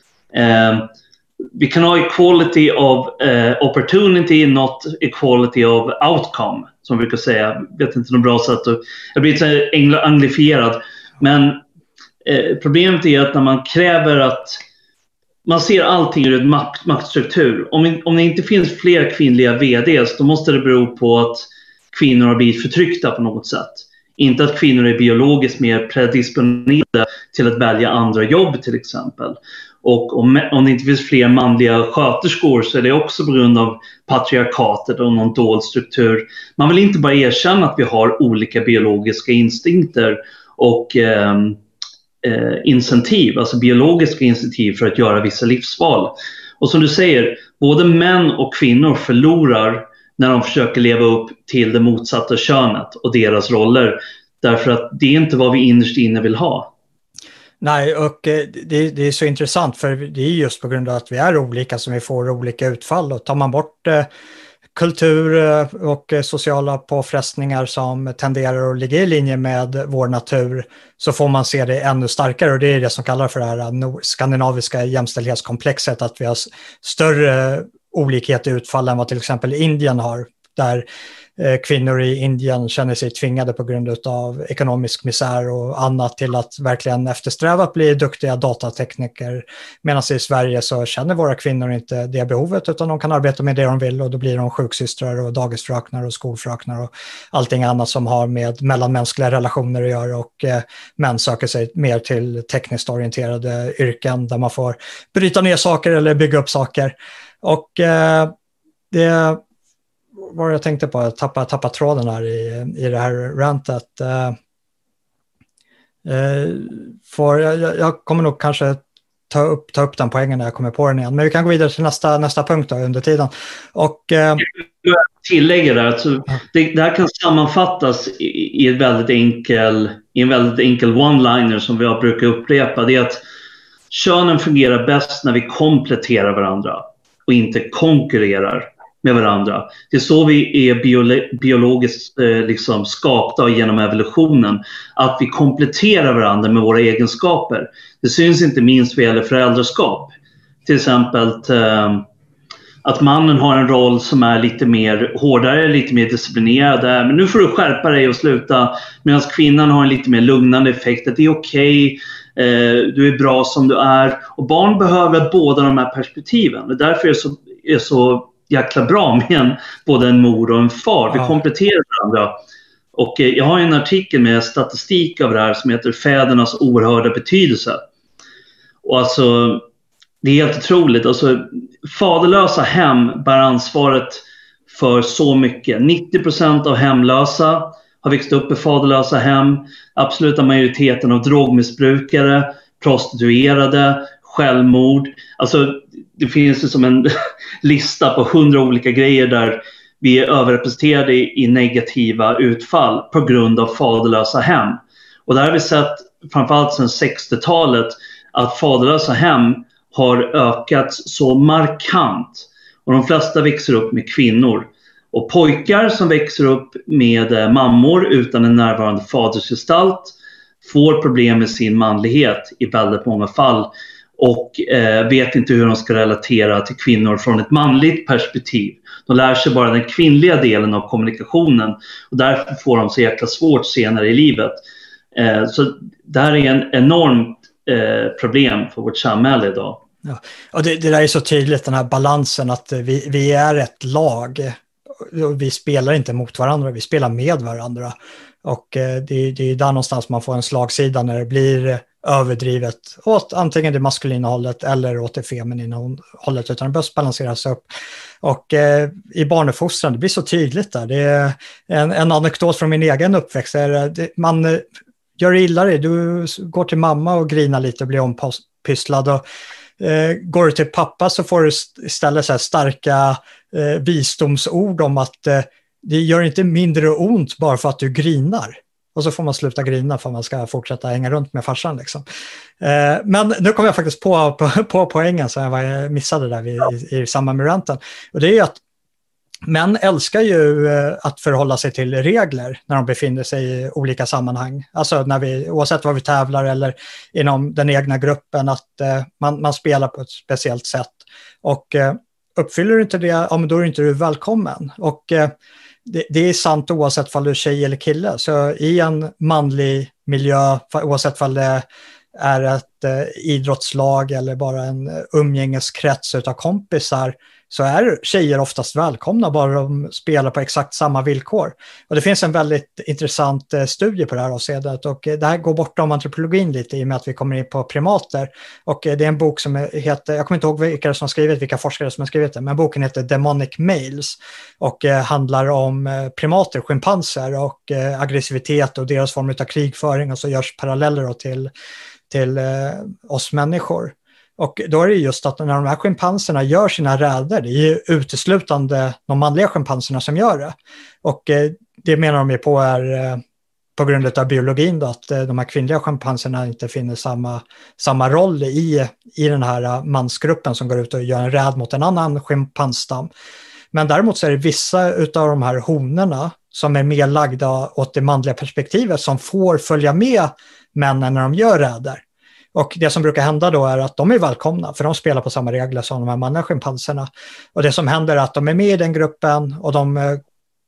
Vi kan ha equality of opportunity, not equality of outcome, som vi brukar säga. Jag vet inte något bra sätt. Jag blir lite anglifierad. Men problemet är att när man kräver att man ser allting ur en maktstruktur. Om det inte finns fler kvinnliga vds, då måste det bero på att kvinnor har blivit förtryckta på något sätt. Inte att kvinnor är biologiskt mer predisponerade till att välja andra jobb till exempel. Och om det inte finns fler manliga sköterskor så är det också på grund av patriarkatet och någon dold struktur. Man vill inte bara erkänna att vi har olika biologiska instinkter och incentiv, alltså biologiska incentiv för att göra vissa livsval. Och som du säger, både män och kvinnor förlorar när de försöker leva upp till det motsatta könet och deras roller. Därför att det är inte vad vi innerst inne vill ha. Nej, och det är så intressant för det är just på grund av att vi är olika som vi får olika utfall. Och tar man bort kultur och sociala påfrestningar som tenderar att ligga i linje med vår natur så får man se det ännu starkare. Och det är det som kallas för det här skandinaviska jämställdhetskomplexet, att vi har större olikhet i utfall än vad till exempel Indien har. Där kvinnor i Indien känner sig tvingade på grund av ekonomisk misär och annat till att verkligen eftersträva att bli duktiga datatekniker. Medan i Sverige så känner våra kvinnor inte det behovet, utan de kan arbeta med det de vill och då blir de sjuksystrar och dagisfröknar och skolfröknar och allting annat som har med mellanmänskliga relationer att göra, och män söker sig mer till tekniskt orienterade yrken där man får bryta ner saker eller bygga upp saker. Och det vad jag tänkte på, tappa tråden här i det här rantet. Jag kommer nog kanske ta upp den poängen när jag kommer på den igen. Men vi kan gå vidare till nästa punkt då, under tiden. Och jag tillägger där att det här kan sammanfattas i en väldigt enkel one-liner som vi brukar upprepa. Det är att könen fungerar bäst när vi kompletterar varandra och inte konkurrerar med varandra. Det är så vi är biologiskt liksom skapta genom evolutionen. Att vi kompletterar varandra med våra egenskaper. Det syns inte minst vad gäller föräldraskap. Till exempel att mannen har en roll som är lite mer hårdare, lite mer disciplinerad. Men nu får du skärpa dig och sluta. Medan kvinnan har en lite mer lugnande effekt. Att det är okej, du är bra som du är. Och barn behöver båda de här perspektiven. Och därför är det så jäkla bra med både en mor och en far. Vi kompletterar varandra. Och jag har en artikel med statistik av det här som heter Fädernas oerhörda betydelse. Och alltså, det är helt otroligt. Alltså, faderlösa hem bär ansvaret för så mycket. 90% av hemlösa har växt upp i faderlösa hem. Absoluta majoriteten av drogmissbrukare, prostituerade, självmord. Alltså, det finns ju som en lista på 100 olika grejer där vi är överrepresenterade i negativa utfall på grund av faderlösa hem. Och där har vi sett, framförallt sedan 60-talet, att faderlösa hem har ökat så markant. Och de flesta växer upp med kvinnor. Och pojkar som växer upp med mammor utan en närvarande fadersgestalt får problem med sin manlighet i väldigt många fall. Och vet inte hur de ska relatera till kvinnor från ett manligt perspektiv. De lär sig bara den kvinnliga delen av kommunikationen. Och därför får de så jäkla svårt senare i livet. Så det här är en enormt problem för vårt samhälle idag. Ja. Och det där är så tydligt, den här balansen att vi är ett lag. Vi spelar inte mot varandra, vi spelar med varandra. Och det är där någonstans man får en slagsida när det blir överdrivet åt antingen det maskulina hållet eller åt det feminina hållet, utan det behövs balanseras upp. Och i barnuppfostran, det blir så tydligt där. Det är en anekdot från min egen uppväxt. Man gör illa dig, du går till mamma och grinar lite och blir ompysslad, och går du till pappa så får du istället så här starka visdomsord om att det gör inte mindre ont bara för att du grinar. Och så får man sluta grina för att man ska fortsätta hänga runt med farsan. Liksom. Men nu kom jag faktiskt på poängen som jag missade där i samband med ranten. Och det är ju att män älskar ju att förhålla sig till regler när de befinner sig i olika sammanhang. Alltså oavsett vad vi tävlar eller inom den egna gruppen, att man spelar på ett speciellt sätt. Och uppfyller du inte det, ja, men då är inte du välkommen. Och det är sant oavsett om du är tjej eller kille. Så i en manlig miljö, oavsett om det är ett idrottslag eller bara en umgängeskrets av kompisar, så är tjejer oftast välkomna bara de spelar på exakt samma villkor. Och det finns en väldigt intressant studie på det här avseendet, och det här går bortom antropologin lite i och med att vi kommer in på primater. Och det är en bok som heter, jag kommer inte ihåg vilka forskare som har skrivit det, men boken heter Demonic Males och handlar om primater, schimpanser och aggressivitet och deras form av krigföring, och så görs paralleller då till oss människor. Och då är det just att när de här schimpanserna gör sina räder, det är ju uteslutande de manliga schimpanserna som gör det. Och det menar de ju på är på grund av biologin då, att de här kvinnliga schimpanserna inte finner samma roll i den här mansgruppen som går ut och gör en räd mot en annan schimpanstam. Men däremot så är det vissa av de här honorna som är mer lagda åt det manliga perspektivet som får följa med männen när de gör räder. Och det som brukar hända då är att de är välkomna, för de spelar på samma regler som de här manliga schimpanserna. Och det som händer är att de är med i den gruppen och de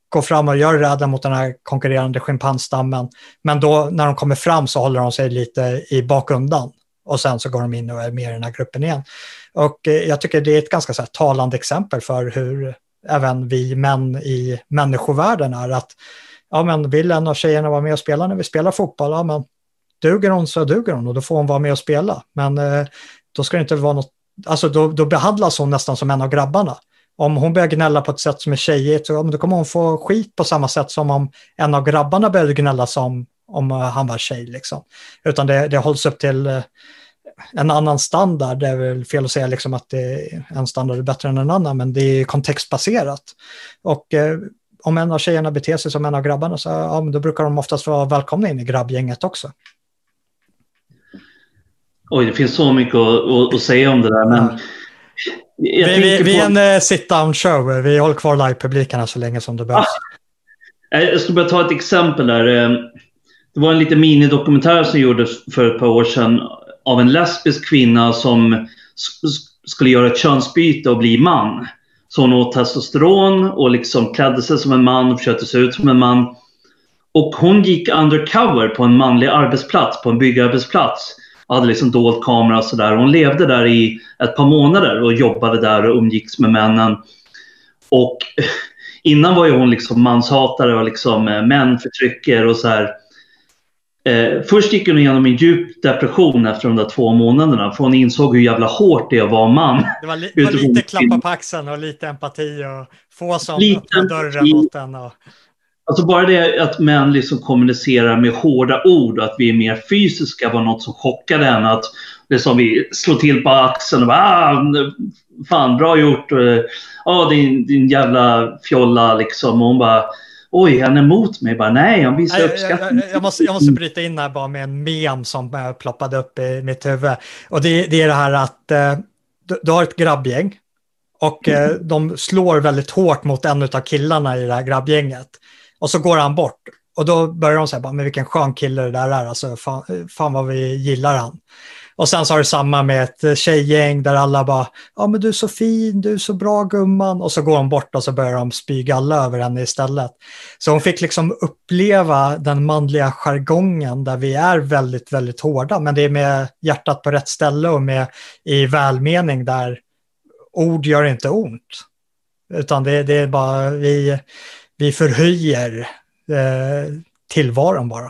går fram och gör räden mot den här konkurrerande schimpanstammen. Men då när de kommer fram så håller de sig lite i bakundan. Och sen så går de in och är med i den här gruppen igen. Och jag tycker det är ett ganska så här talande exempel för hur även vi män i människovärlden är. Att ja, men vill en av tjejerna vara med och spela när vi spelar fotboll? Ja, men duger hon så duger hon och då får hon vara med och spela. Men då ska det inte vara något, alltså då behandlas hon nästan som en av grabbarna. Om hon börjar gnälla på ett sätt som är tjejigt så då kommer hon få skit på samma sätt som om en av grabbarna började gnälla som om han var tjej. Liksom. Utan det hålls upp till en annan standard. Det är väl fel att säga liksom att en standard är bättre än en annan, men det är kontextbaserat. Och om en av tjejerna beter sig som en av grabbarna så då brukar de oftast vara välkomna in i grabbgänget också. Oj, det finns så mycket att säga om det där, men vi är en sit-down show. Vi håller kvar live-publiken så länge som det behövs. Jag ska bara ta ett exempel där. Det var en liten minidokumentär som gjordes för ett par år sedan av en lesbisk kvinna som skulle göra ett könsbyte och bli man. Så hon åt testosteron och liksom klädde sig som en man och försökte se ut som en man. Och hon gick undercover på en manlig arbetsplats, på en byggarbetsplats. Hade liksom dold kamera och sådär. Hon levde där i ett par månader och jobbade där och umgicks med männen. Och innan var ju hon liksom manshatare och liksom män förtrycker och så här. Först gick hon igenom en djup depression efter de där 2 månaderna. För hon insåg hur jävla hårt det var man. Det var lite klappa på axeln och lite empati och få som öppna dörren mot den. Alltså bara det att män liksom kommunicerar med hårda ord och att vi är mer fysiska var något som chockade henne. Att det som vi slår till på axeln och bara, fan bra gjort. Din jävla fjolla liksom. Och hon bara, oj, han är emot mig. Bara, nej, han visar uppskattning. Jag måste bryta in här bara med en mem som ploppade upp i mitt huvud. Och det är det här att du har ett grabbgäng. Och de slår väldigt hårt mot en av killarna i det här grabbgänget. Och så går han bort. Och då börjar de säga, men vilken skön kille det där är. Alltså, fan vad vi gillar han. Och sen så har det samma med ett tjejgäng där alla bara, ja men du är så fin, du är så bra gumman. Och så går de bort och så börjar de spyga alla över henne istället. Så hon fick liksom uppleva den manliga jargongen där vi är väldigt, väldigt hårda. Men det är med hjärtat på rätt ställe och med i välmening där ord gör inte ont. Utan det är bara vi förhöjer tillvaron bara.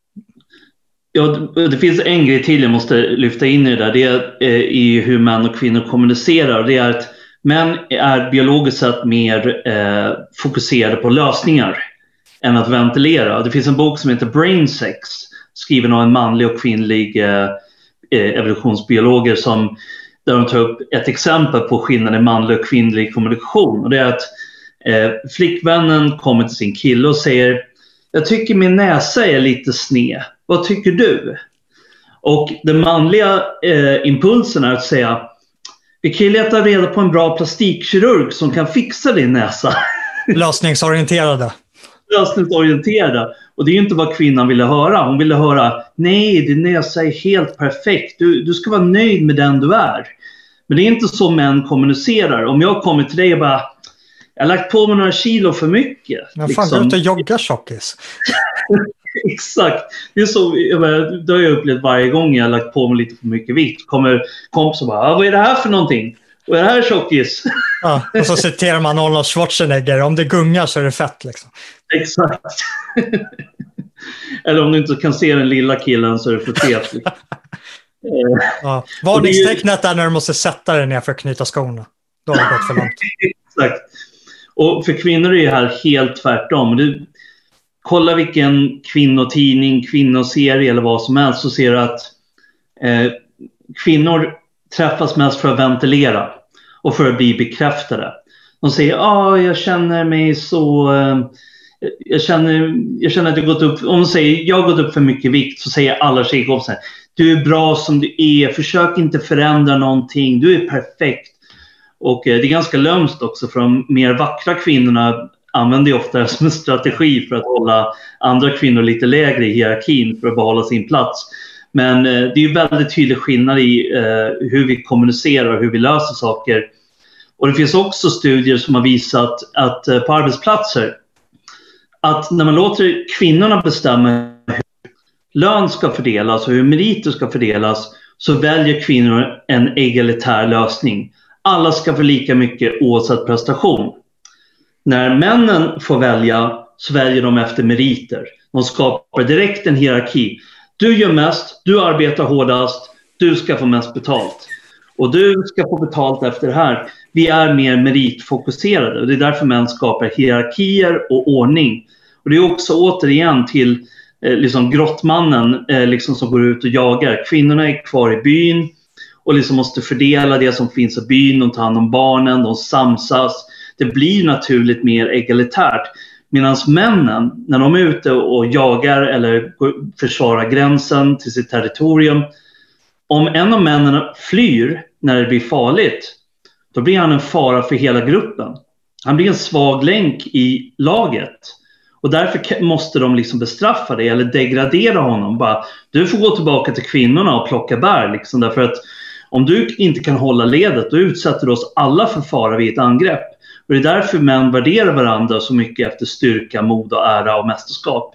Ja, det finns en grej till jag måste lyfta in i det där. Det är i hur män och kvinnor kommunicerar. Det är att män är biologiskt sett mer fokuserade på lösningar än att ventilera. Det finns en bok som heter Brain Sex, skriven av en manlig och kvinnlig evolutionsbiologer där de tar upp ett exempel på skillnaden i manlig och kvinnlig kommunikation. Och det är att flickvännen kommer till sin kille och säger, jag tycker min näsa är lite sned. Vad tycker du? Och den manliga impulsen är att säga, vi kan ju leta reda på en bra plastikkirurg som kan fixa din näsa. Lösningsorienterade. Och det är ju inte vad kvinnan ville höra. Hon ville höra, nej, din näsa är helt perfekt. Du ska vara nöjd med den du är. Men det är inte så män kommunicerar. Om jag kommer till dig och bara, jag har lagt på mig några kilo för mycket. Men fan, gå ut och jogga, tjockis. Exakt. Det är så, det har jag upplevt varje gång jag har lagt på mig lite för mycket vikt. Kommer kompis och bara, vad är det här för någonting? Vad är det här, tjockis? Ja, och så citerar man Arnold Schwarzenegger. Om det gungar så är det fett liksom. Exakt. Eller om du inte kan se den lilla killen så är det för fet. Liksom. Ja. Varningstecknet är när du måste sätta dig ner för att knyta skorna. Då har det gått för långt. Exakt. Och för kvinnor är det här helt tvärtom. Kolla vilken kvinnotidning, kvinnoserie eller vad som helst, så ser du att kvinnor träffas mest för att ventilera och för att bli bekräftade. De säger, jag känner mig så... Jag känner att jag gått upp... Om de säger, jag har gått upp för mycket vikt, så säger alla tjejkompisar, du är bra som du är, försök inte förändra någonting, du är perfekt. Och det är ganska lömskt också, för de mer vackra kvinnorna använder ju ofta som en strategi för att hålla andra kvinnor lite lägre i hierarkin för att behålla sin plats. Men det är ju väldigt tydlig skillnad i hur vi kommunicerar och hur vi löser saker. Och det finns också studier som har visat att på arbetsplatser att när man låter kvinnorna bestämma hur lön ska fördelas och hur meriter ska fördelas, så väljer kvinnor en egalitär lösning. Alla ska få lika mycket oavsett prestation. När männen får välja, så väljer de efter meriter. De skapar direkt en hierarki. Du gör mest, du arbetar hårdast, du ska få mest betalt. Och du ska få betalt efter det här. Vi är mer meritfokuserade och det är därför män skapar hierarkier och ordning. Och det är också återigen till liksom grottmannen liksom som går ut och jagar. Kvinnorna är kvar i byn och liksom måste fördela det som finns i byn. De tar hand om barnen, de samsas. Det blir naturligt mer egalitärt. Medan männen, när de är ute och jagar eller försvarar gränsen till sitt territorium, om en av männen flyr när det blir farligt, då blir han en fara för hela gruppen. Han blir en svag länk i laget. Och därför måste de liksom bestraffa det eller degradera honom. Bara, du får gå tillbaka till kvinnorna och plocka bär. Liksom, därför att om du inte kan hålla ledet, då utsätter du oss alla för fara vid ett angrepp. Och det är därför män värderar varandra så mycket efter styrka, mod och ära och mästerskap.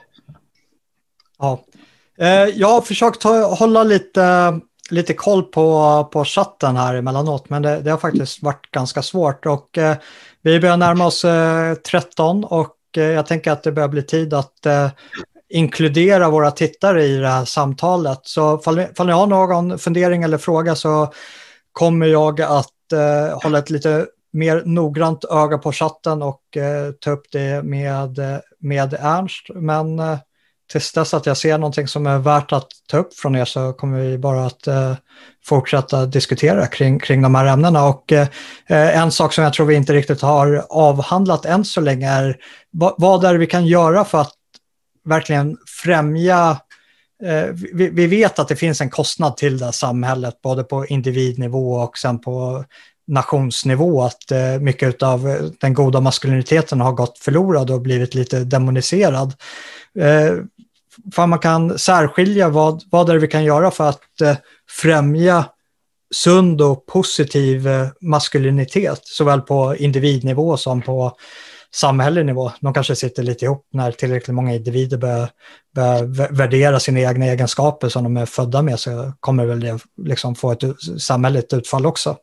Ja. Jag har försökt hålla lite koll på chatten här emellanåt, men det har faktiskt varit ganska svårt. Och vi börjar närma oss 13 och jag tänker att det börjar bli tid att inkludera våra tittare i det här samtalet. Så fall ni har någon fundering eller fråga så kommer jag att hålla ett lite mer noggrant öga på chatten och ta upp det med Ernst. Men tills dess att jag ser någonting som är värt att ta upp från er så kommer vi bara att fortsätta diskutera kring de här ämnena. Och en sak som jag tror vi inte riktigt har avhandlat än så länge är vad är det vi kan göra för att verkligen främja. Vi vet att det finns en kostnad till det samhället, både på individnivå och sen på nationsnivå, att mycket av den goda maskuliniteten har gått förlorad och blivit lite demoniserad. För man kan särskilja vad är det vi kan göra för att främja sund och positiv maskulinitet, såväl på individnivå som på samhällelig nivå. De kanske sitter lite ihop när tillräckligt många individer börjar värdera sina egna egenskaper som de är födda med, så kommer väl det liksom få ett samhälleligt utfall också.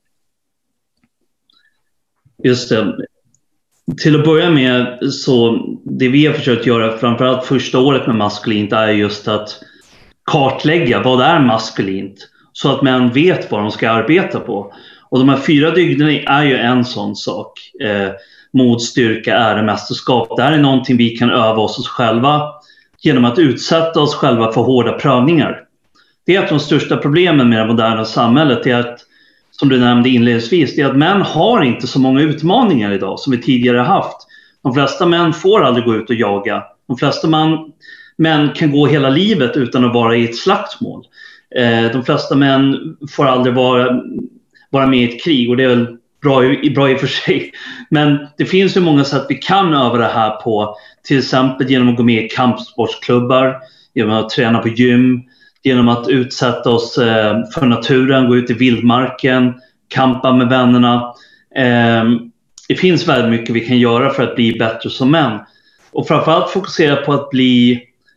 Just det. Till att börja med, så det vi har försökt göra framförallt första året med maskulint är just att kartlägga vad är maskulint, så att män vet vad de ska arbeta på. Och de här 4 dygderna är ju en sån sak. Mod, styrka, ära, mästerskap. Det här är någonting vi kan öva oss själva genom att utsätta oss själva för hårda prövningar. Det är att de största problemen med det moderna samhället är att, som du nämnde inledningsvis, det är att män har inte så många utmaningar idag som vi tidigare haft. De flesta män får aldrig gå ut och jaga. De flesta män kan gå hela livet utan att vara i ett slagsmål. De flesta män får aldrig vara med i ett krig, och det är väl bra i och för sig. Men det finns ju många sätt vi kan öva det här på. Till exempel genom att gå med i kampsportsklubbar, genom att träna på gym, genom att utsätta oss för naturen, gå ut i vildmarken, kampa med vännerna. Det finns väldigt mycket vi kan göra för att bli bättre som män. Och framförallt fokusera på att bli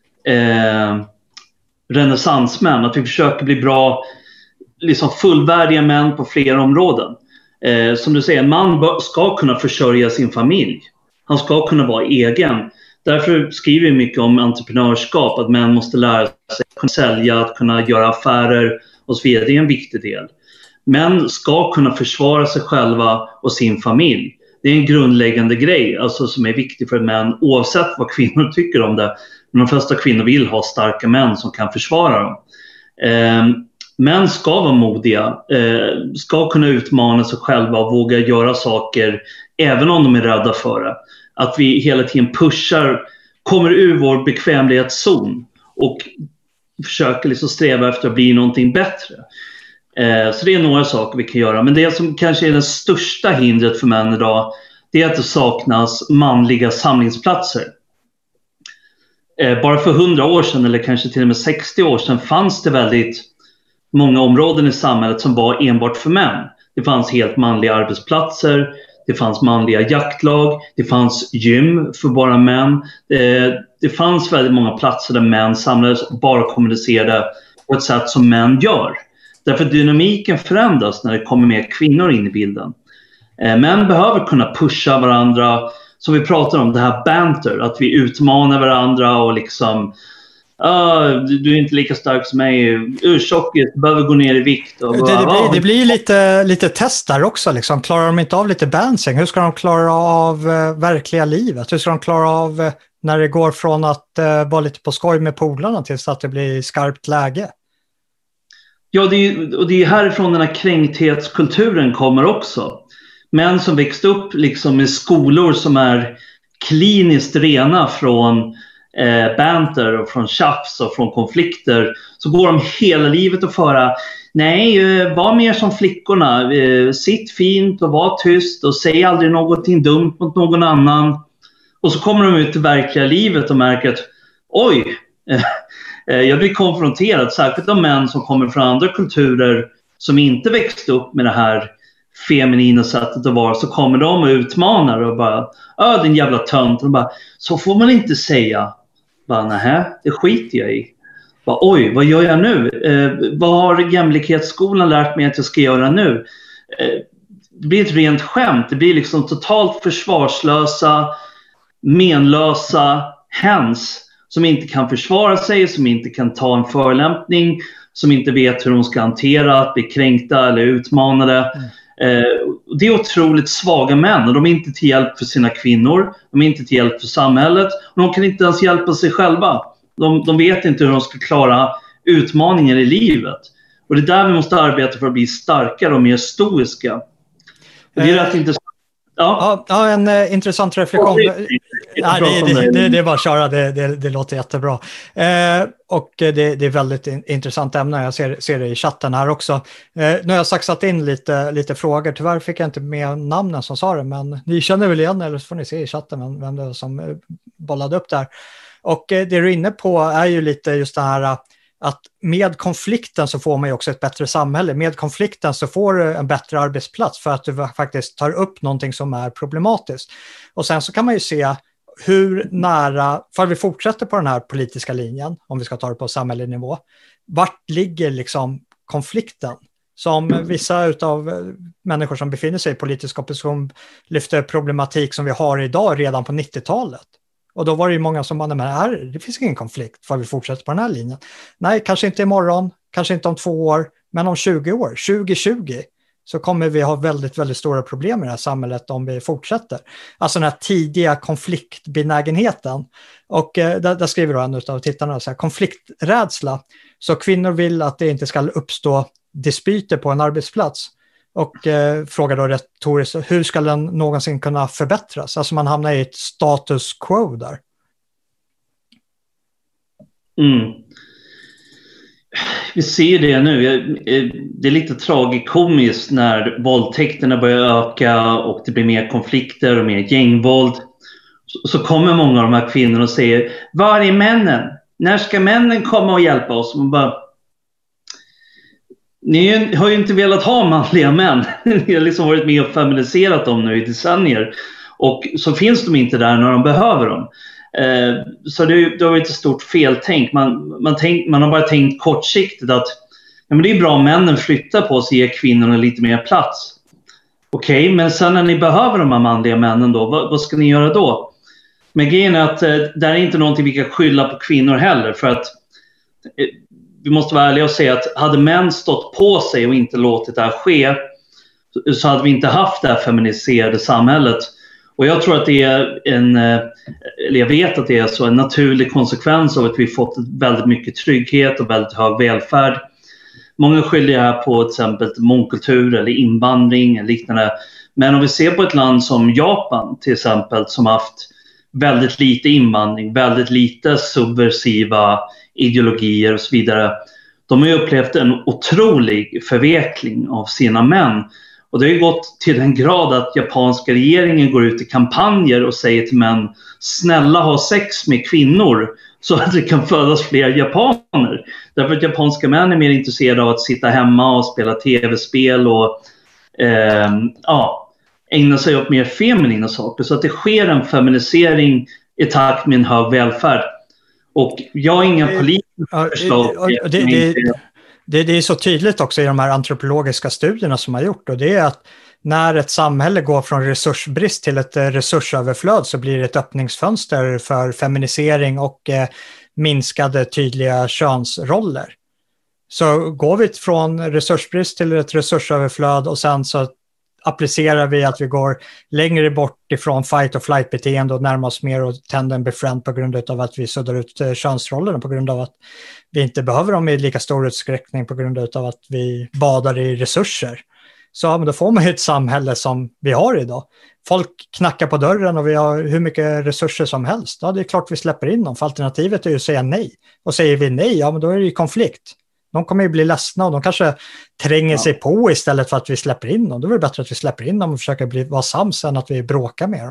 renässansmän. Att vi försöker bli bra, liksom fullvärdiga män på flera områden. Som du säger, en man ska kunna försörja sin familj. Han ska kunna vara egen. Därför skriver vi mycket om entreprenörskap, att män måste lära sig att kunna sälja, att kunna göra affärer och så vidare. Det är en viktig del. Män ska kunna försvara sig själva och sin familj. Det är en grundläggande grej, alltså, som är viktig för män, oavsett vad kvinnor tycker om det. Men de flesta kvinnor vill ha starka män som kan försvara dem. Män ska vara modiga, ska kunna utmana sig själva och våga göra saker även om de är rädda för det. Att vi hela tiden kommer ur vår bekvämlighetszon och försöker liksom sträva efter att bli någonting bättre. Så det är några saker vi kan göra. Men det som kanske är det största hindret för män idag, det är att det saknas manliga samlingsplatser. Bara för 100 år sedan, eller kanske till och med 60 år sedan, fanns det väldigt många områden i samhället som var enbart för män. Det fanns helt manliga arbetsplatser. det fanns manliga jaktlag, det fanns gym för bara män. Det fanns väldigt många platser där män samlades och bara kommunicerade på ett sätt som män gör. Därför dynamiken förändras när det kommer mer kvinnor in i bilden. Män behöver kunna pusha varandra, som vi pratar om, det här banter, att vi utmanar varandra och liksom du är inte lika stark som mig, tjockis, du behöver gå ner i vikt. Och det blir lite test där också. Liksom. Klarar de inte av lite bouncing? Hur ska de klara av verkliga livet? Hur ska de klara av när det går från att vara lite på skoj med polarna tills att det blir skarpt läge? Ja, det är härifrån den här kränkthetskulturen kommer också. Män som växt upp liksom i skolor som är kliniskt rena från banter och från tjafs och från konflikter, så går de hela livet och föra nej, var mer som flickorna, sitt fint och var tyst och säg aldrig någonting dumt mot någon annan. Och så kommer de ut till verkliga livet och märker att oj, jag blir konfronterad, särskilt av män som kommer från andra kulturer som inte växt upp med det här feminina sättet att vara, så kommer de och utmanar och bara, din jävla tönt, och bara, så får man inte säga. Bara, nähä, det skiter jag i. Bara, oj, vad gör jag nu? Vad har jämlikhetsskolan lärt mig att jag ska göra nu? Det blir ett rent skämt. Det blir liksom totalt försvarslösa, menlösa hens som inte kan försvara sig, som inte kan ta en förolämpning, som inte vet hur de ska hantera att bli kränkta eller utmanade. Det är otroligt svaga män och de är inte till hjälp för sina kvinnor, de är inte till hjälp för samhället och de kan inte ens hjälpa sig själva. De vet inte hur de ska klara utmaningar i livet. Och det är där vi måste arbeta för att bli starkare och mer stoiska. Och det är rätt intressant. Ja, en intressant reflektion. Det är bara att köra, det låter jättebra. Och det är väldigt intressant ämne, jag ser det i chatten här också. Nu har jag saxat in lite frågor, tyvärr fick jag inte med namnen som sa det, men ni känner väl igen, eller så får ni se i chatten vem det är som bollade upp där. Och det du är inne på är ju lite just det här att med konflikten så får man ju också ett bättre samhälle. Med konflikten så får du en bättre arbetsplats för att du faktiskt tar upp någonting som är problematiskt. Och sen så kan man ju se hur nära, för vi fortsätter på den här politiska linjen, om vi ska ta det på samhällelig nivå, vart ligger liksom konflikten? Som vissa utav människor som befinner sig i politisk opposition lyfter problematik som vi har idag redan på 90-talet. Och då var det ju många som bara, men det finns ingen konflikt för vi fortsätter på den här linjen. Nej, kanske inte imorgon, kanske inte om 2 år, men om 20 år, 2020, så kommer vi ha väldigt, väldigt stora problem i det här samhället om vi fortsätter. Alltså den här tidiga konfliktbenägenheten. Och där skriver då en av tittarna så här, konflikträdsla. Så kvinnor vill att det inte ska uppstå dispyter på en arbetsplats. Och frågar då retoriskt, hur ska den någonsin kunna förbättras? Alltså man hamnar i ett status quo där. Vi ser det nu. Det är lite tragikomiskt när våldtäkterna börjar öka och det blir mer konflikter och mer gängvåld. Så kommer många av de här kvinnorna och säger, var är männen? När ska männen komma och hjälpa oss? Och man bara, ni har ju inte velat ha manliga män. Ni har liksom varit med och feminiserat dem nu i decennier. Och så finns de inte där när de behöver dem. Så det har varit ett stort feltänk. Man har bara tänkt kortsiktigt att men det är bra om männen flyttar på sig och ger kvinnorna lite mer plats. Okej, men sen när ni behöver de här manliga männen då, vad ska ni göra då? Men grejen är att det är inte någonting vi kan skylla på kvinnor heller, för att vi måste vara ärliga och säga att hade män stått på sig och inte låtit det här ske, så hade vi inte haft det här feminiserade samhället. Och jag tror att det är eller jag vet att det är så, en naturlig konsekvens av att vi fått väldigt mycket trygghet och väldigt hög välfärd. Många skyller det här på till exempel mångkultur eller invandring eller liknande. Men om vi ser på ett land som Japan till exempel, som haft väldigt lite invandring, väldigt lite subversiva ideologier och så vidare. De har ju upplevt en otrolig förvekling av sina män. Och det har ju gått till den grad att japanska regeringen går ut i kampanjer och säger till män, snälla ha sex med kvinnor så att det kan födas fler japaner. Därför att japanska män är mer intresserade av att sitta hemma och spela tv-spel och ägna sig åt mer feminina saker. Så att det sker en feminisering i takt med en hög välfärd. Och jag har inga politiska förslag. Det är så tydligt också i de här antropologiska studierna som har gjort. Och det är att när ett samhälle går från resursbrist till ett resursöverflöd så blir det ett öppningsfönster för feminisering och minskade tydliga könsroller. Så går vi från resursbrist till ett resursöverflöd och sen så applicerar vi att vi går längre bort ifrån fight och flight beteende och närmar oss mer och tänder en befriend på grund av att vi suddar ut könsrollerna, på grund av att vi inte behöver dem i lika stor utsträckning på grund av att vi badar i resurser. Så men då får man ett samhälle som vi har idag. Folk knackar på dörren och vi har hur mycket resurser som helst. Ja, det är klart vi släpper in dem, för alternativet är ju att säga nej. Och säger vi nej, ja men då är det ju konflikt. De kommer ju bli ledsna och de kanske tränger sig på istället för att vi släpper in dem. Då är det bättre att vi släpper in dem och försöker vara sams än att vi bråkar med dem.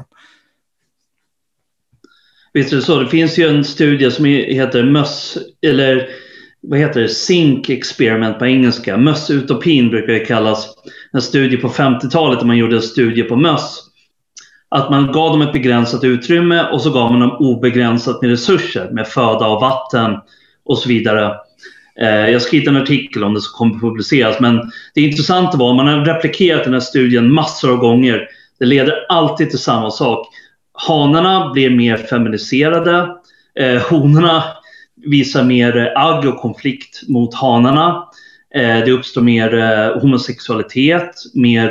Visst är det så. Det finns ju en studie som heter MÖS, eller vad heter det? Sync experiment på engelska. MÖS-utopin brukar det kallas. En studie på 50-talet där man gjorde en studie på möss. Att man gav dem ett begränsat utrymme och så gav man dem obegränsat med resurser, med föda och vatten och så vidare. Jag skrivit en artikel om det som kommer publiceras, men det intressanta var att man har replikerat den här studien massor av gånger. Det leder alltid till samma sak. Hanarna blir mer feminiserade, honorna visar mer agg och konflikt mot hanarna. Det uppstår mer homosexualitet, mer,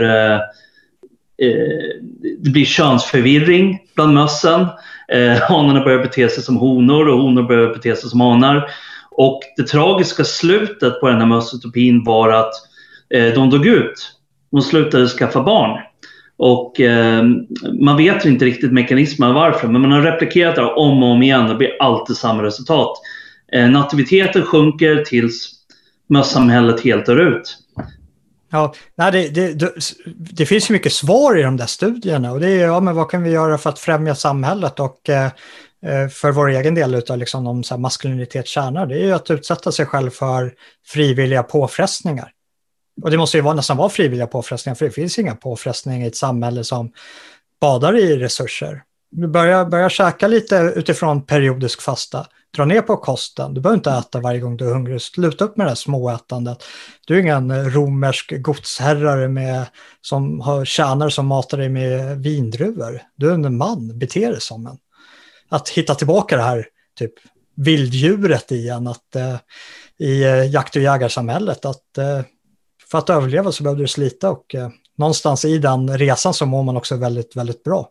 det blir könsförvirring bland mössen. Hanarna börjar bete sig som honor och honor börjar bete sig som hanar. Och det tragiska slutet på den här mössutopin var att de dog ut. De slutade skaffa barn. Och man vet inte riktigt mekanismen varför, men man har replikerat det om och om igen. Det blir alltid samma resultat. Nativiteten sjunker tills mössamhället helt dör ut. Ja, nej, det finns ju mycket svar i de där studierna. Och det är ja, men vad kan vi göra för att främja samhället och för vår egen del utav liksom de så här maskulinitetskärnor, det är ju att utsätta sig själv för frivilliga påfrestningar. Och det måste ju nästan vara frivilliga påfrestningar, för det finns inga påfrestningar i ett samhälle som badar i resurser. Du börjar käka lite utifrån periodisk fasta. Dra ner på kosten. Du behöver inte äta varje gång du är hungrig. Sluta upp med det här småätandet. Du är ingen romersk godsherrare som har tjänare som matar dig med vindruvor. Du är en man, beter dig som en. Att hitta tillbaka det här typ vilddjuret igen, att i jakt- och jägarsamhället, att för att överleva så behöver du slita, och någonstans i den resan så mår man också väldigt, väldigt bra.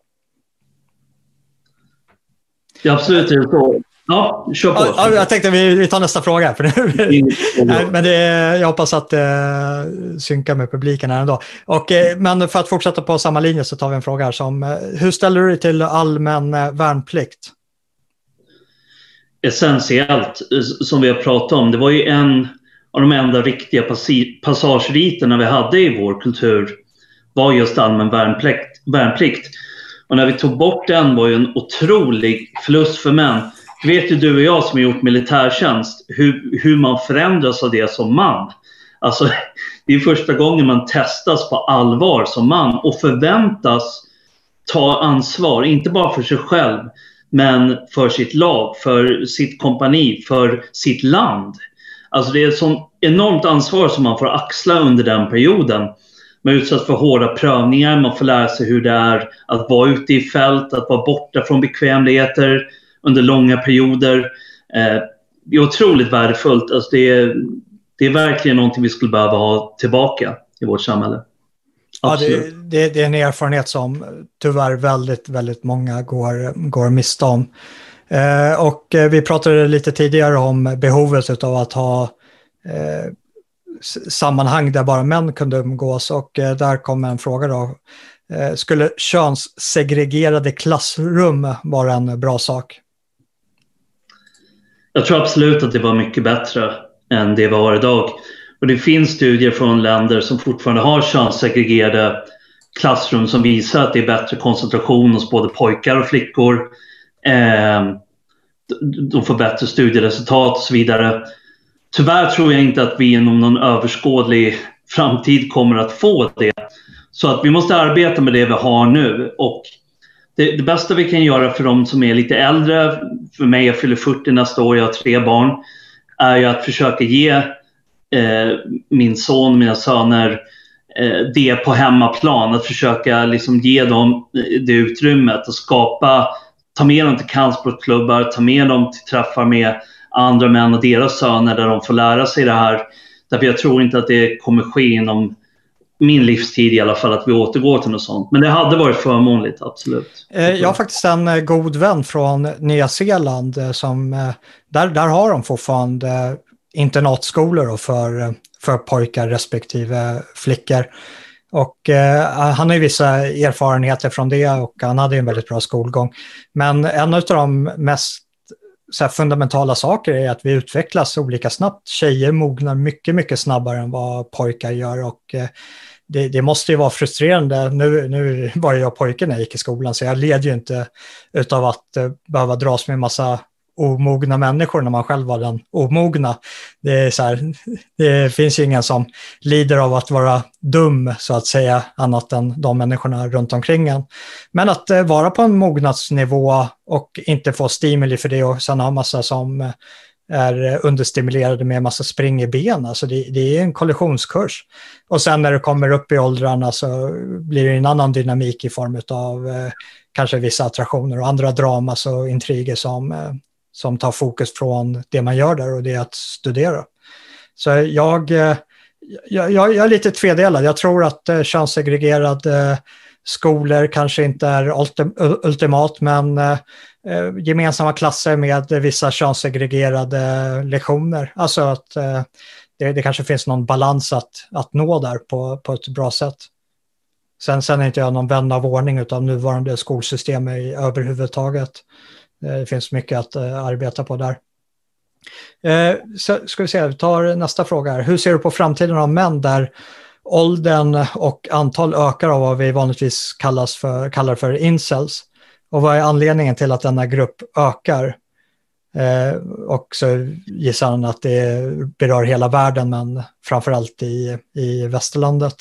Ja, absolut, det är så. Ja, kör på. Ja, jag tänkte vi tar nästa fråga. Men jag hoppas att synka med publiken här ändå. Men för att fortsätta på samma linje så tar vi en fråga här som: hur ställer du dig till allmän värnplikt? Essentiellt, som vi har pratat om. Det var ju en av de enda riktiga passageriterna vi hade i vår kultur, var just allmän värnplikt. Och när vi tog bort den var ju en otrolig förlust för män. Vet ju du och jag som har gjort militärtjänst hur man förändras av det som man. Alltså, det är första gången man testas på allvar som man och förväntas ta ansvar, inte bara för sig själv, men för sitt lag, för sitt kompani, för sitt land. Alltså det är ett sånt enormt ansvar som man får axla under den perioden. Man utsätts för hårda prövningar, man får lära sig hur det är att vara ute i fält, att vara borta från bekvämligheter under långa perioder. Det är otroligt värdefullt. Alltså det är verkligen någonting vi skulle behöva ha tillbaka i vårt samhälle. Ja, det är en erfarenhet som tyvärr väldigt, väldigt många går miste om. Och vi pratade lite tidigare om behovet av att ha sammanhang där bara män kunde umgås, och där kommer en fråga då. Skulle könssegregerade klassrum vara en bra sak? Jag tror absolut att det var mycket bättre än det vi har idag. Och det finns studier från länder som fortfarande har könssegregerade klassrum som visar att det är bättre koncentration hos både pojkar och flickor. De får bättre studieresultat och så vidare. Tyvärr tror jag inte att vi inom någon överskådlig framtid kommer att få det. Så att vi måste arbeta med det vi har nu. Och det bästa vi kan göra för de som är lite äldre, för mig, jag fyller 40 nästa år, jag har 3 barn, är ju att försöka ge min son, mina söner, det på hemmaplan. Att försöka liksom ge dem det utrymmet och ta med dem till kampsportklubbar, ta med dem till träffar med andra män och deras söner där de får lära sig det här. Därför jag tror inte att det kommer ske inom min livstid i alla fall att vi återgår till något sånt. Men det hade varit förmånligt, absolut. Jag har faktiskt en god vän från Nya Zeeland som där har de fortfarande internatskolor för pojkar respektive flickor. Och han har ju vissa erfarenheter från det och han hade ju en väldigt bra skolgång. Men en av de mest så här fundamentala saker är att vi utvecklas olika snabbt. Tjejer mognar mycket, mycket snabbare än vad pojkar gör och det måste ju vara frustrerande. Nu var jag pojke när jag gick i skolan så jag led ju inte utav att behöva dras med en massa omogna människor när man själv var den omogna. Det är så här, det finns ju ingen som lider av att vara dum så att säga annat än de människorna runt omkring en. Men att vara på en mognadsnivå och inte få stimuli för det och sen ha massa som är understimulerade med massa spring i benen. Alltså det är en kollisionskurs. Och sen när det kommer upp i åldrarna så blir det en annan dynamik i form av kanske vissa attraktioner och andra dramas och intriger som tar fokus från det man gör där och det är att studera. Så jag är lite tvedelad. Jag tror att könssegregerade skolor kanske inte är ultimat, men gemensamma klasser med vissa könssegregerade lektioner. Alltså att det kanske finns någon balans att nå där på ett bra sätt. Sen är inte jag någon vän av ordning utav nuvarande skolsystem överhuvudtaget. Det finns mycket att arbeta på där. Så ska vi se, vi tar nästa fråga här. Hur ser du på framtiden av män där åldern och antal ökar av vad vi vanligtvis kallar för incels? Och vad är anledningen till att denna grupp ökar? Och så gissar han att det berör hela världen men framförallt i västerlandet.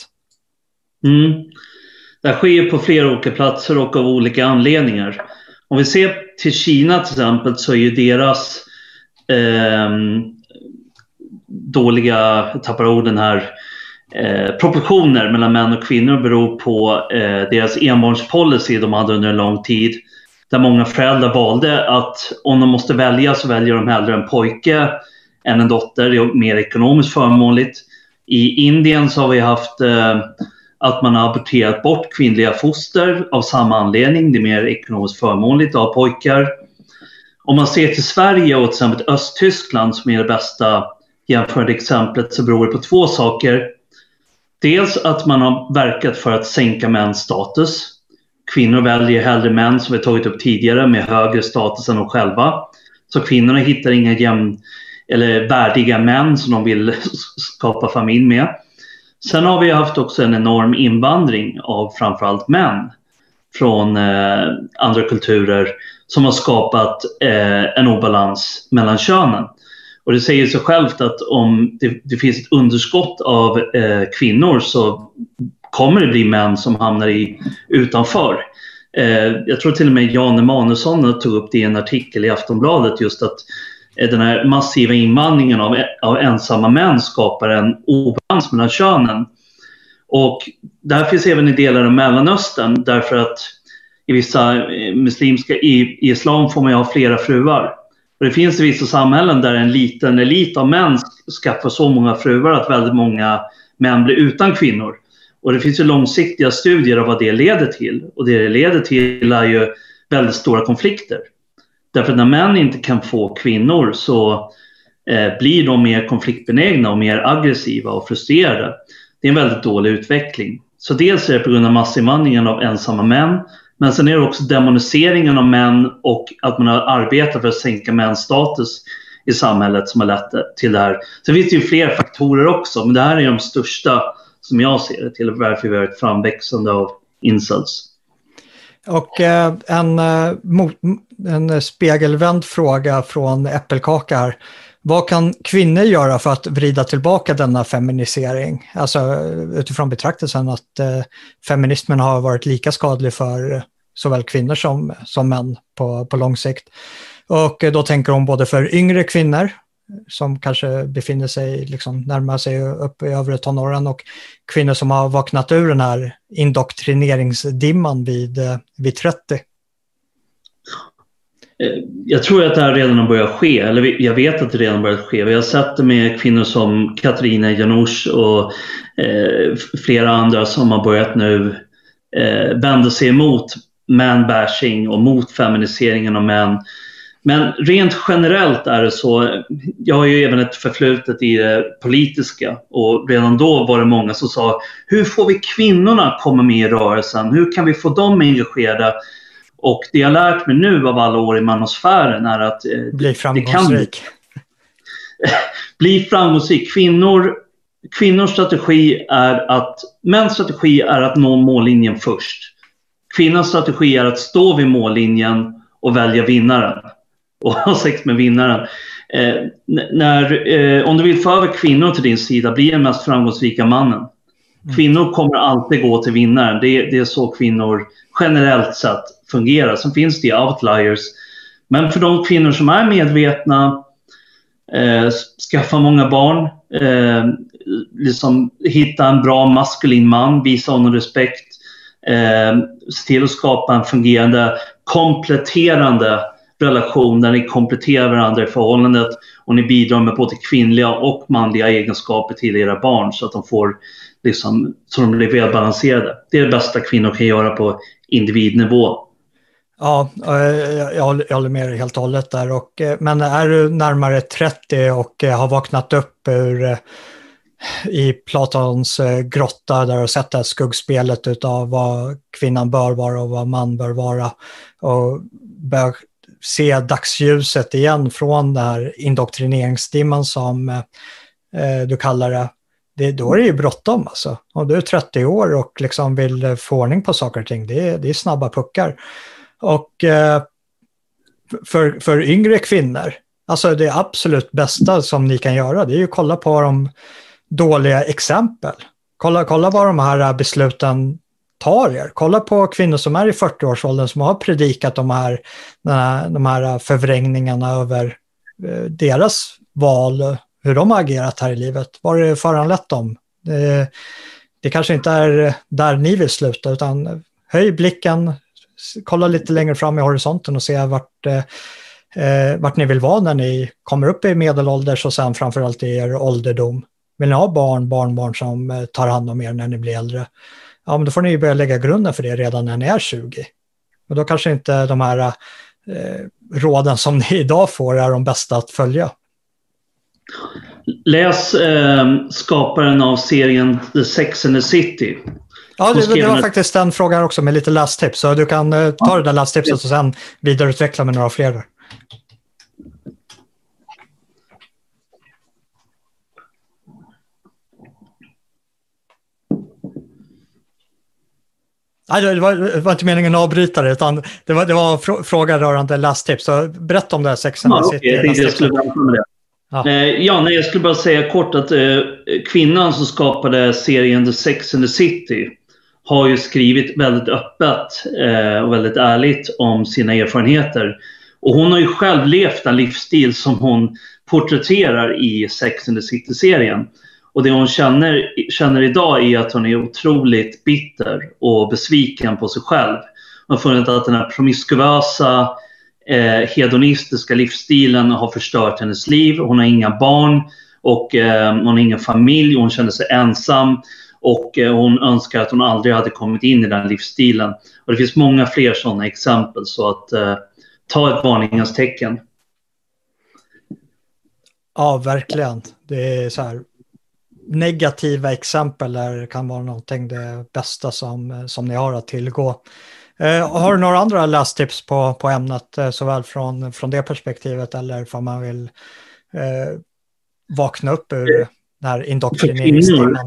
Det sker på flera olika platser och av olika anledningar. Om vi ser till Kina till exempel så är ju deras dåliga, jag tappar orden här, proportioner mellan män och kvinnor beror på deras enbarnspolicy de hade under en lång tid. Där många föräldrar valde att om de måste välja så väljer de hellre en pojke än en dotter. Det är mer ekonomiskt förmånligt. I Indien så har vi haft att man har aborterat bort kvinnliga foster av samma anledning. Det är mer ekonomiskt förmånligt av pojkar. Om man ser till Sverige och till exempel Östtyskland som är det bästa jämförande exemplet så beror det på 2 saker. Dels att man har verkat för att sänka mäns status. Kvinnor väljer hellre män som vi tagit upp tidigare med högre status än de själva. Så kvinnorna hittar inga värdiga män som de vill skapa familj med. Sen har vi haft också en enorm invandring av framförallt män från andra kulturer som har skapat en obalans mellan könen. Och det säger sig självt att om det finns ett underskott av kvinnor så kommer det bli män som hamnar utanför. Jag tror till och med Jan Emanuelsson tog upp det i en artikel i Aftonbladet just att den här massiva invandringen av ensamma män skapar en obalans mellan könen. Och det här finns även i delar av Mellanöstern därför att i vissa i islam får man ju ha flera fruar. Och det finns i vissa samhällen där en liten elit av män skaffar så många fruar att väldigt många män blir utan kvinnor. Och det finns ju långsiktiga studier av vad det leder till. Och det leder till är ju väldigt stora konflikter. Därför att när män inte kan få kvinnor så blir de mer konfliktbenägna och mer aggressiva och frustrerade. Det är en väldigt dålig utveckling. Så dels är det på grund av massinvandringen av ensamma män. Men sen är det också demoniseringen av män och att man har arbetat för att sänka mäns status i samhället som har lett till det här. Sen finns det ju fler faktorer också, men det här är de största som jag ser det till varför vi har ett framväxande av incels. Och en spegelvänd fråga från Äppelkaka här. Vad kan kvinnor göra för att vrida tillbaka denna feminisering? Alltså utifrån betraktelsen att feminismen har varit lika skadlig för såväl kvinnor som män på lång sikt. Och då tänker hon både för yngre kvinnor som kanske befinner sig, liksom närmar sig upp i övre tonåren, och kvinnor som har vaknat ur den här indoktrineringsdimman vid 30. Jag tror att det här redan har börjat ske, eller jag vet att det redan har börjat ske. Vi har sett det med kvinnor som Katarina Janouch och flera andra som har börjat nu vända sig emot man-bashing och mot feminiseringen av män. Men rent generellt är det så, jag har ju även ett förflutet i det politiska, och redan då var det många som sa, hur får vi kvinnorna komma med i rörelsen? Hur kan vi få dem engagerade? Och det jag lärt mig nu av alla år i manosfären är att bli framgångsrik. Bli framgångsrik. Kvinnors strategi är att, mäns strategi är att nå mållinjen först. Kvinnans strategi är att stå vid mållinjen och välja vinnaren och ha sex med vinnaren. Om du vill få över kvinnor till din sida, bli den mest framgångsrika mannen. Kvinnor kommer alltid gå till vinnaren. Det är så kvinnor generellt sett fungerar. Sen finns det outliers. Men för de kvinnor som är medvetna, skaffa många barn, liksom hitta en bra maskulin man, visa honom respekt, se till att skapa en fungerande, kompletterande relation där ni kompletterar varandra i förhållandet och ni bidrar med både kvinnliga och manliga egenskaper till era barn så att de får liksom, så de blir välbalanserade. Det är det bästa kvinnor kan göra på individnivå. Ja, jag håller med dig helt och hållet där. Men är du närmare 30 och har vaknat upp i Platons grotta där du har sett det här skuggspelet utav vad kvinnan bör vara och vad man bör vara, och börjar se dagsljuset igen från den här indoktrineringsdimman som du kallar det, då är det ju bråttom alltså. Om du är 30 år och liksom vill få ordning på saker och ting, det är snabba puckar. Och för yngre kvinnor, alltså det absolut bästa som ni kan göra, det är ju att kolla på de dåliga exempel. Kolla vad de här besluten tar er. Kolla på kvinnor som är i 40-årsåldern som har predikat de här förvrängningarna över deras val, hur de har agerat här i livet. Vad är det föranlett dem? Det kanske inte är där ni vill sluta, utan höj blicken, kolla lite längre fram i horisonten och se vart ni vill vara när ni kommer upp i medelålders och sen framförallt i er ålderdom. Vill ni ha barnbarn som tar hand om er när ni blir äldre? Ja, men då får ni börja lägga grunden för det redan när ni är 20. Och då kanske inte de här råden som ni idag får är de bästa att följa. Läs skaparen av serien The Sex and the City. Ja, det var faktiskt en fråga också med lite lästips. Så du kan ta det där lästipset och sen vidareutveckla med några fler. Nej, det var inte meningen att avbryta det, utan det var fråga rörande lästips. Så berätta om det här Sex and the City. Jag skulle vänta med det. Jag skulle bara säga kort att kvinnan som skapade serien The Sex and the City har ju skrivit väldigt öppet och väldigt ärligt om sina erfarenheter. Och hon har ju själv levt en livsstil som hon porträtterar i Sex and the City-serien. Och det hon känner idag är att hon är otroligt bitter och besviken på sig själv. Hon har funnit att den här promiskuösa, hedonistiska livsstilen har förstört hennes liv. Hon har inga barn och hon har ingen familj. Hon känner sig ensam och hon önskar att hon aldrig hade kommit in i den livsstilen. Och det finns många fler sådana exempel, så att ta ett varningens tecken. Ja, verkligen. Det är så här, negativa exempel där kan vara någonting det bästa som ni har att tillgå. Har du några andra lästips på ämnet, såväl från det perspektivet eller om man vill vakna upp ur den här indoktrineringstimmen?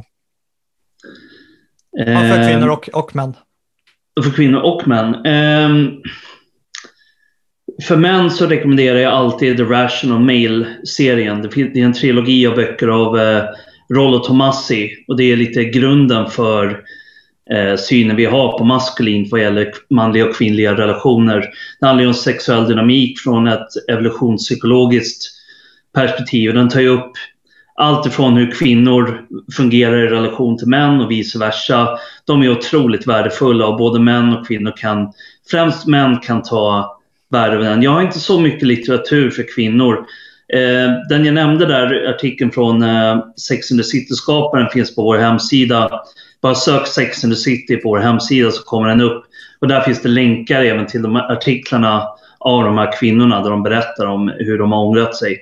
För kvinnor och män. För kvinnor och män. För män så rekommenderar jag alltid The Rational Male-serien. Det är en trilogi av böcker av Rollo Tomassi. Och det är lite grunden för synen vi har på maskulint vad gäller manliga och kvinnliga relationer. Det handlar om sexuell dynamik från ett evolutionspsykologiskt perspektiv. Den tar ju upp allt ifrån hur kvinnor fungerar i relation till män och vice versa. De är otroligt värdefulla och både män och kvinnor kan, främst män kan ta värde av den. Jag har inte så mycket litteratur för kvinnor. Den jag nämnde där, artikeln från Sex and the City-skaparen finns på vår hemsida. Bara sök Sex and the City på vår hemsida så kommer den upp. Och där finns det länkar även till de här artiklarna av de här kvinnorna där de berättar om hur de har ångrat sig.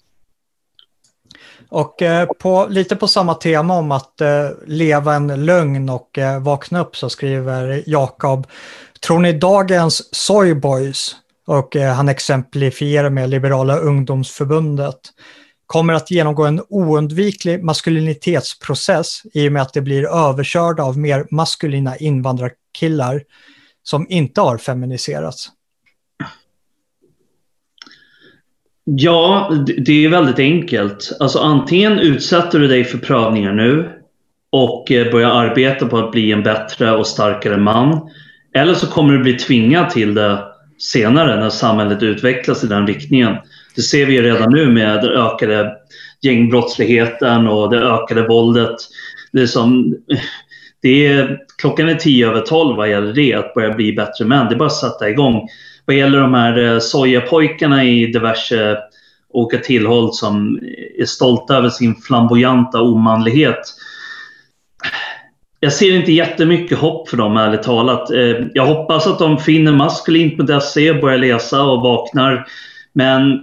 Och lite på samma tema om att leva en lögn och vakna upp så skriver Jakob: tror ni dagens soyboys, och han exemplifierar med Liberala ungdomsförbundet, kommer att genomgå en oundviklig maskulinitetsprocess i och med att det blir överkörda av mer maskulina invandrarkillar som inte har feminiserats? Ja, det är väldigt enkelt. Alltså antingen utsätter du dig för prövningar nu och börjar arbeta på att bli en bättre och starkare man. Eller så kommer du bli tvingad till det senare när samhället utvecklas i den riktningen. Det ser vi redan nu med den ökade gängbrottsligheten och det ökade våldet. Klockan är 10:12 vad gäller det, att börja bli bättre män. Det är bara att sätta igång. Vad gäller de här sojapojkarna i diverse olika tillhåll som är stolta över sin flamboyanta omanlighet. Jag ser inte jättemycket hopp för dem, ärligt talat. Jag hoppas att de finner maskulint.se, börjar läsa och vaknar. Men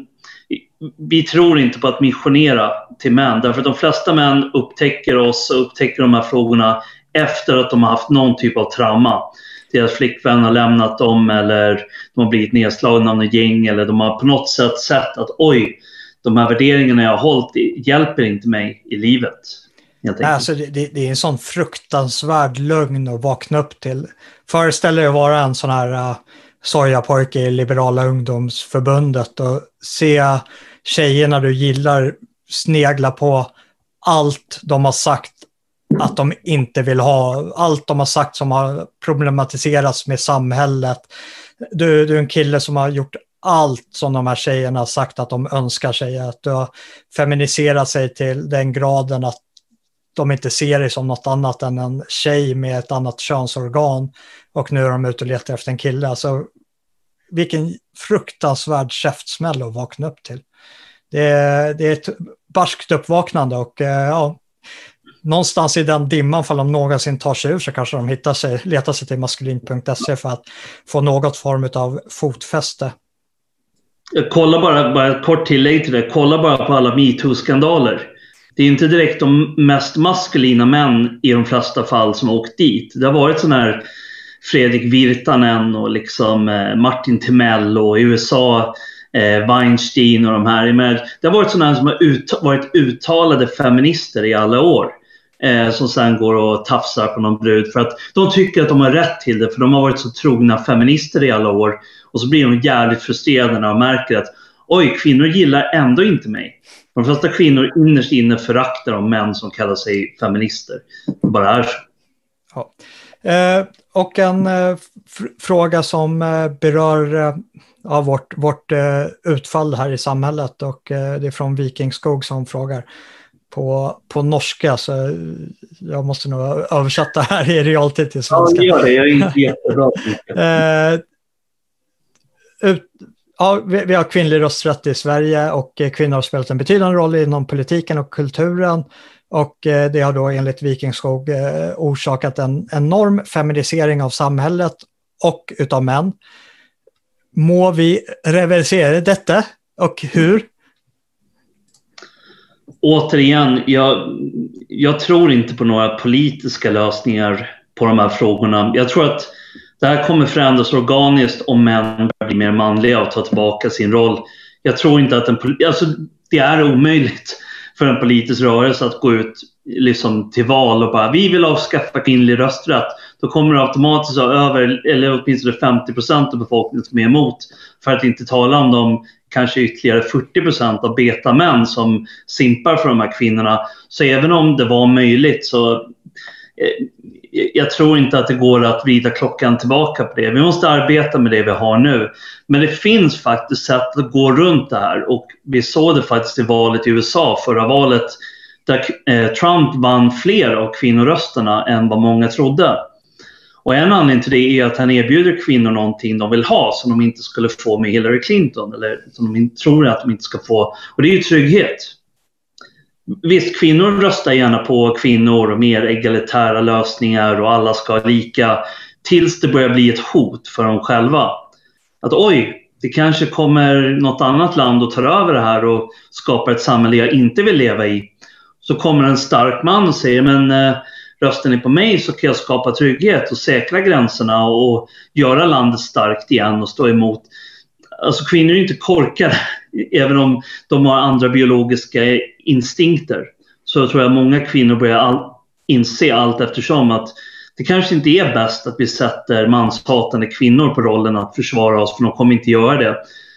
vi tror inte på att missionera till män. Därför att de flesta män upptäcker oss och upptäcker de här frågorna efter att de har haft någon typ av trauma. Deras flickvän har lämnat dem eller de har blivit nedslagna av något gäng eller de har på något sätt sett att oj, de här värderingarna jag har hållit hjälper inte mig i livet. Alltså det är en sån fruktansvärd lögn att vakna upp till. Föreställ dig att vara en sån här sojapojke i Liberala ungdomsförbundet och se tjejerna du gillar snegla på allt de har sagt att de inte vill ha, allt de har sagt som har problematiserats med samhället. Du är en kille som har gjort allt som de här tjejerna har sagt att de önskar sig, att du har feminiserat sig till den graden att de inte ser dig som något annat än en tjej med ett annat könsorgan, och nu är de ute och letar efter en kille. Alltså, vilken fruktansvärd käftsmäll att vakna upp till. Det är ett barskt uppvaknande och någonstans i den dimman, för de någonsin tar sig ur så kanske de letar sig till maskulin.se för att få något form av fotfäste. Kolla bara ett kort tillägg till det. Kolla bara på alla MeToo-skandaler. Det är inte direkt de mest maskulina män i de flesta fall som har åkt dit. Det har varit sån här Fredrik Virtanen och liksom Martin Timell och i USA Weinstein och de här. Men det har varit sådana här som har varit uttalade feminister i alla år. Som sen går och tafsar på någon brud för att de tycker att de har rätt till det, för de har varit så trogna feminister i alla år. Och så blir de jävligt frustrerade när de märker att oj, kvinnor gillar ändå inte mig. De flesta kvinnor innerst inne föraktar de män som kallar sig feminister. Det bara är så. Ja. Och en fråga som berör vårt utfall här i samhället, och det är från Vikingskog som frågar på norska, så jag måste nog översätta här i realtid till svenska. Ja, det gör det. Jag är inte jättebra. Vi har kvinnlig rösträtt i Sverige och kvinnor har spelat en betydande roll inom politiken och kulturen, och det har då enligt Vikingskog orsakat en enorm feminisering av samhället och utav män. Må vi reversera detta, och hur? Återigen, jag tror inte på några politiska lösningar på de här frågorna. Jag tror att det här kommer förändras organiskt om män blir mer manliga och tar tillbaka sin roll. Jag tror inte att det är omöjligt för en politisk rörelse att gå ut liksom till val och bara vi vill avskaffa kvinnlig rösträtt. då kommer det automatiskt över, eller åtminstone 50% av befolkningen som är emot, för att inte tala om de kanske ytterligare 40% av betamän som simpar för de här kvinnorna. Så även om det var möjligt så jag tror inte att det går att vrida klockan tillbaka på det. Vi måste arbeta med det vi har nu. Men det finns faktiskt sätt att gå runt det här. Och vi såg det faktiskt i valet i USA, förra valet, där Trump vann fler av kvinnorösterna än vad många trodde. Och en anledning till det är att han erbjuder kvinnor någonting de vill ha som de inte skulle få med Hillary Clinton, eller som de tror att de inte ska få. Och det är ju trygghet. Visst, kvinnor röstar gärna på kvinnor och mer egalitära lösningar och alla ska ha lika, tills det börjar bli ett hot för dem själva. Att oj, det kanske kommer något annat land och tar över det här och skapar ett samhälle jag inte vill leva i. Så kommer en stark man och säger, men röstar ni på mig så kan jag skapa trygghet och säkra gränserna och göra landet starkt igen och stå emot. Alltså kvinnor är inte korkade, även om de har andra biologiska instinkter. Så tror jag många kvinnor börjar inse allt eftersom att det kanske inte är bäst att vi sätter manshatande kvinnor på rollen att försvara oss, för de kommer inte göra det.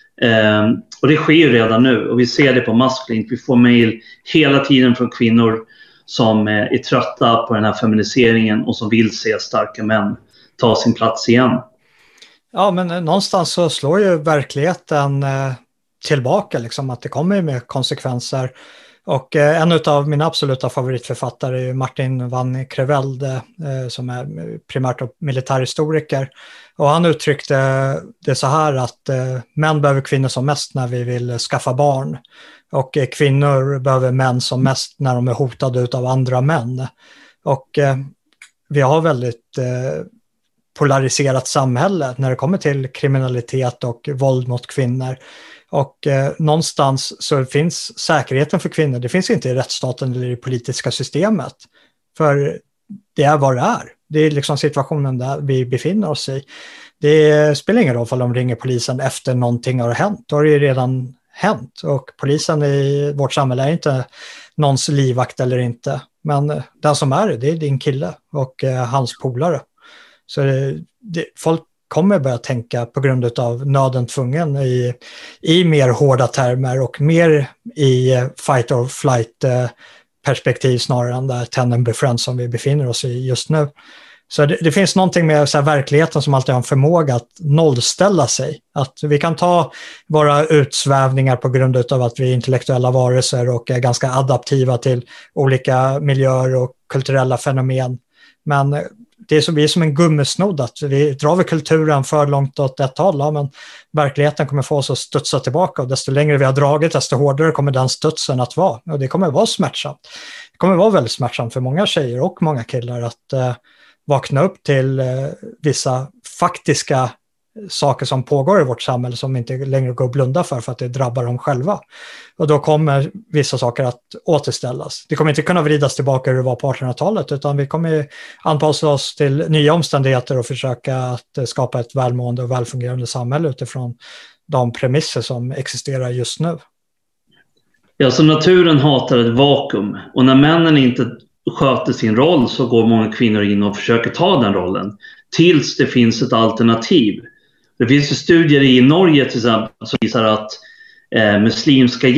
Och det sker ju redan nu, och vi ser det på Maskulint. Vi får mejl hela tiden från kvinnor som är trötta på den här feminiseringen och som vill se starka män ta sin plats igen. Ja, men någonstans så slår ju verkligheten tillbaka, liksom, att det kommer med konsekvenser. Och en av mina absoluta favoritförfattare är Martin van Creveld, som är primärt militärhistoriker. Och han uttryckte det så här att män behöver kvinnor som mest när vi vill skaffa barn. Och kvinnor behöver män som mest när de är hotade av andra män. Och vi har väldigt polariserat samhälle när det kommer till kriminalitet och våld mot kvinnor. Och någonstans så finns säkerheten för kvinnor, det finns inte i rättsstaten eller i det politiska systemet. För det är vad det är. Det är liksom situationen där vi befinner oss i. Det spelar ingen roll om de ringer polisen efter någonting har hänt. Då har det ju redan hänt. Och polisen i vårt samhälle är inte någons livvakt eller inte. Men den som är det är din kille och hans polare. Så folk kommer börja tänka på grund av nöden tvungen i mer hårda termer och mer i fight or flight perspektiv snarare än där ten and befriend som vi befinner oss i just nu. Så det finns någonting med så här verkligheten som alltid har en förmåga att nollställa sig. Att vi kan ta våra utsvävningar på grund av att vi är intellektuella varelser och är ganska adaptiva till olika miljöer och kulturella fenomen. Men det är så, vi är som en gummisnodd, att vi drar kulturen för långt åt ett håll, ja, men verkligheten kommer få oss att studsa tillbaka, och desto längre vi har dragit desto hårdare kommer den studsen att vara, och det kommer vara smärtsamt. Det kommer vara väldigt smärtsamt för många tjejer och många killar att vakna upp till vissa faktiska saker som pågår i vårt samhälle som inte längre går att blunda för att det drabbar dem själva. Och då kommer vissa saker att återställas. Det kommer inte kunna vridas tillbaka hur det var på 1800-talet, utan vi kommer anpassa oss till nya omständigheter och försöka att skapa ett välmående och välfungerande samhälle utifrån de premisser som existerar just nu. Ja, så naturen hatar ett vakuum, och när männen inte sköter sin roll så går många kvinnor in och försöker ta den rollen tills det finns ett alternativ. Det finns ju studier i Norge till exempel som visar att muslimska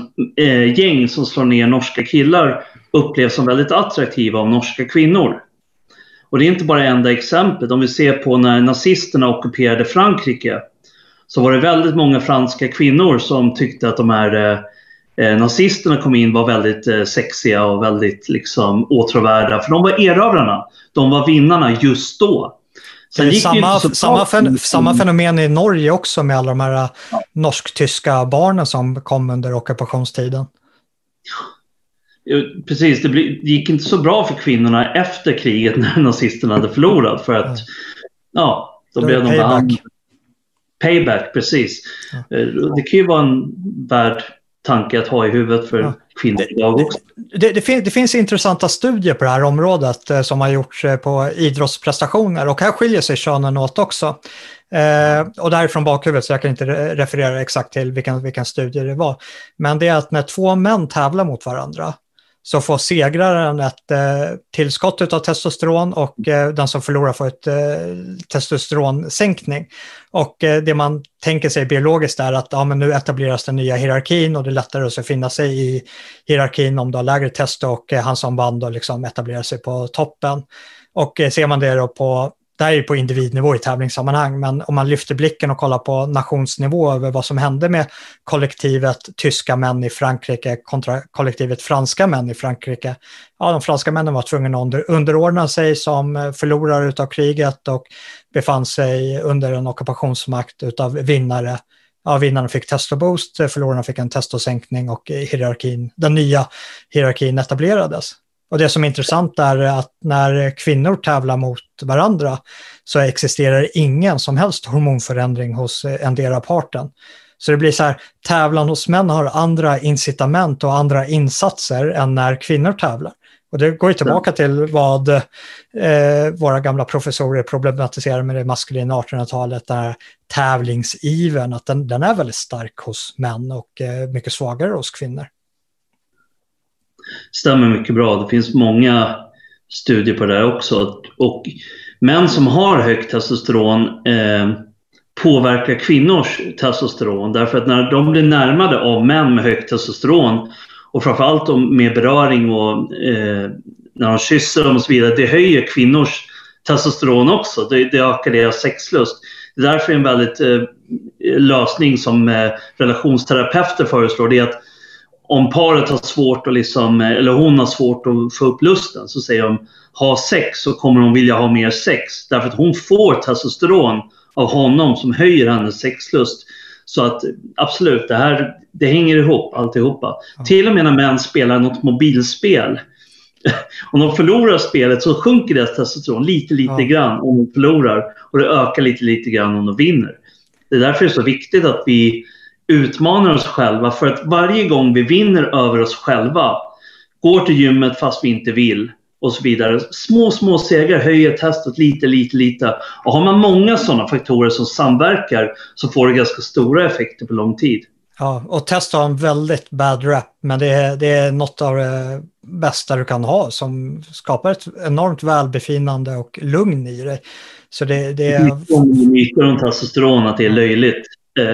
gäng som slår ner norska killar upplevs som väldigt attraktiva av norska kvinnor. Och det är inte bara enda exemplet. Om vi ser på när nazisterna ockuperade Frankrike, så var det väldigt många franska kvinnor som tyckte att de här nazisterna kom in var väldigt sexiga och väldigt liksom åtråvärda, för de var erövrarna. De var vinnarna just då. Det är samma fenomen i Norge också med alla de här norsk-tyska barnen som kom under ockupationstiden. Precis, det gick inte så bra för kvinnorna efter kriget när nazisterna hade förlorat, för att då blev de behandlade. Payback, precis. Ja. Det kan ju vara en värd tanke att ha i huvudet för kvinnor idag också. Det finns intressanta studier på det här området som har gjorts på idrottsprestationer, och här skiljer sig könen åt också. Och det här är från bakhuvudet så jag kan inte referera exakt till vilken studie det var. Men det är att när två män tävlar mot varandra så får segraren ett tillskott av testosteron och den som förlorar får ett testosteronsänkning. Och det man tänker sig biologiskt är att men nu etableras den nya hierarkin och det är lättare att finna sig i hierarkin om du har lägre testo och han som vann då liksom etablerar sig på toppen. Och ser man det då det här är på individnivå i tävlingssammanhang, men om man lyfter blicken och kollar på nationsnivå över vad som hände med kollektivet tyska män i Frankrike kontra kollektivet franska män i Frankrike. Ja, de franska männen var tvungna att underordna sig som förlorare utav kriget och befann sig under en ockupationsmakt utav vinnare. Ja, vinnarna fick testoboost, förlorarna fick en testosänkning och den nya hierarkin etablerades. Och det som är intressant är att när kvinnor tävlar mot varandra så existerar ingen som helst hormonförändring hos endera parten. Så det blir så här, tävlan hos män har andra incitament och andra insatser än när kvinnor tävlar. Och det går ju tillbaka till vad våra gamla professorer problematiserar med det maskulina 1800-talet, där tävlingsivern, att den är väldigt stark hos män och mycket svagare hos kvinnor. Stämmer mycket bra. Det finns många studier på det här också. Och män som har högt testosteron påverkar kvinnors testosteron. Därför att när de blir närmade av män med högt testosteron och framförallt med beröring och när de kysser dem och så vidare, det höjer kvinnors testosteron också. Det ökar deras sexlust. Det är därför en väldigt lösning som relationsterapeuter föreslår, det är att om paret har svårt att eller hon har svårt att få upp lusten, så säger de ha sex, så kommer hon vilja ha mer sex. Därför att hon får testosteron av honom som höjer hennes sexlust. Så att absolut, det hänger ihop alltihopa. Ja. Till och med när män spelar något mobilspel, om de förlorar spelet så sjunker deras testosteron lite grann om de förlorar, och det ökar lite grann om de vinner. Det är därför det är så viktigt att vi utmanar oss själva, för att varje gång vi vinner över oss själva, går till gymmet fast vi inte vill och så vidare, små segrar höjer testet lite, och har man många sådana faktorer som samverkar så får det ganska stora effekter på lång tid. Ja, och test har en väldigt bad rap, men det är något av det bästa du kan ha, som skapar ett enormt välbefinnande och lugn i dig. Så det är mycket om testosteron att det är löjligt.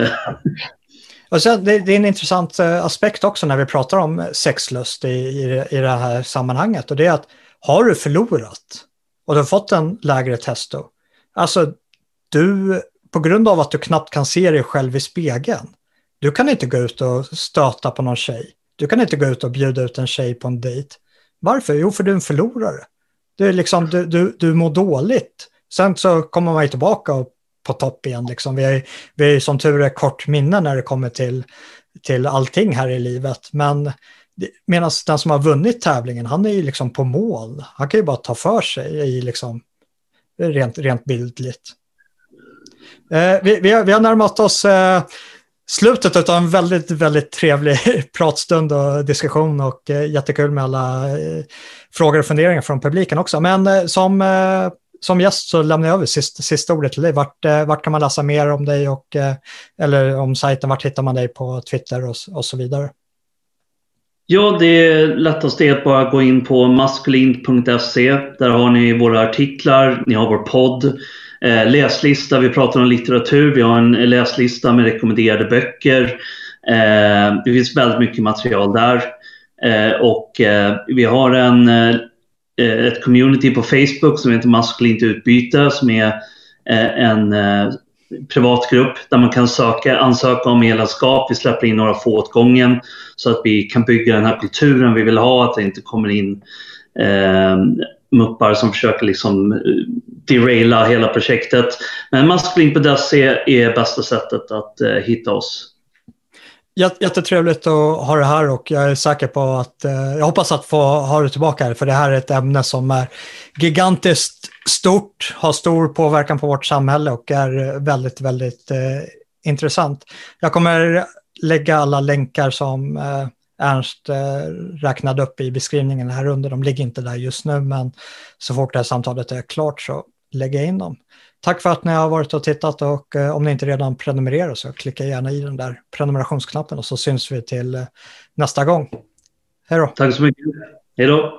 Och sen, det är en intressant aspekt också när vi pratar om sexlust i det här sammanhanget, och det är att har du förlorat och du har fått en lägre testo, alltså du, på grund av att du knappt kan se dig själv i spegeln, du kan inte gå ut och stöta på någon tjej, du kan inte gå ut och bjuda ut en tjej på en dejt. Varför? Jo, för du är en förlorare. Det är liksom, du mår dåligt. Sen så kommer man ju tillbaka och på topp igen. Liksom. Vi är som tur är kort minne när det kommer till allting här i livet. Men medan den som har vunnit tävlingen, han är ju liksom på mål. Han kan ju bara ta för sig i liksom, rent bildligt. Vi har närmat oss slutet av en väldigt, väldigt trevlig pratstund och diskussion, och jättekul med alla frågor och funderingar från publiken också. Men som gäst så lämnar jag över sista ordet till dig. Vart kan man läsa mer om dig eller om sajten? Vart hittar man dig på Twitter och så vidare? Ja, det lättaste är att bara gå in på maskulint.se. Där har ni våra artiklar, ni har vår podd, läslista, vi pratar om litteratur, vi har en läslista med rekommenderade böcker. Det finns väldigt mycket material där. Och vi har ett community på Facebook som heter Maskulint utbyte, som är en privat grupp där man kan ansöka om medlemskap. Vi släpper in några få åt gången så att vi kan bygga den här kulturen vi vill ha, att det inte kommer in muppar som försöker liksom deraila hela projektet. Men maskulint.se är bästa sättet att hitta oss. Jättetrevligt att ha det här, och jag är säker på att jag hoppas att få ha det tillbaka här, för det här är ett ämne som är gigantiskt stort, har stor påverkan på vårt samhälle och är väldigt, väldigt intressant. Jag kommer lägga alla länkar som Ernst räknade upp i beskrivningen här under. De ligger inte där just nu, men så fort det här samtalet är klart så lägger jag in dem. Tack för att ni har varit och tittat, och om ni inte redan prenumererar så klicka gärna i den där prenumerationsknappen, och så syns vi till nästa gång. Hej då! Tack så mycket! Hej då!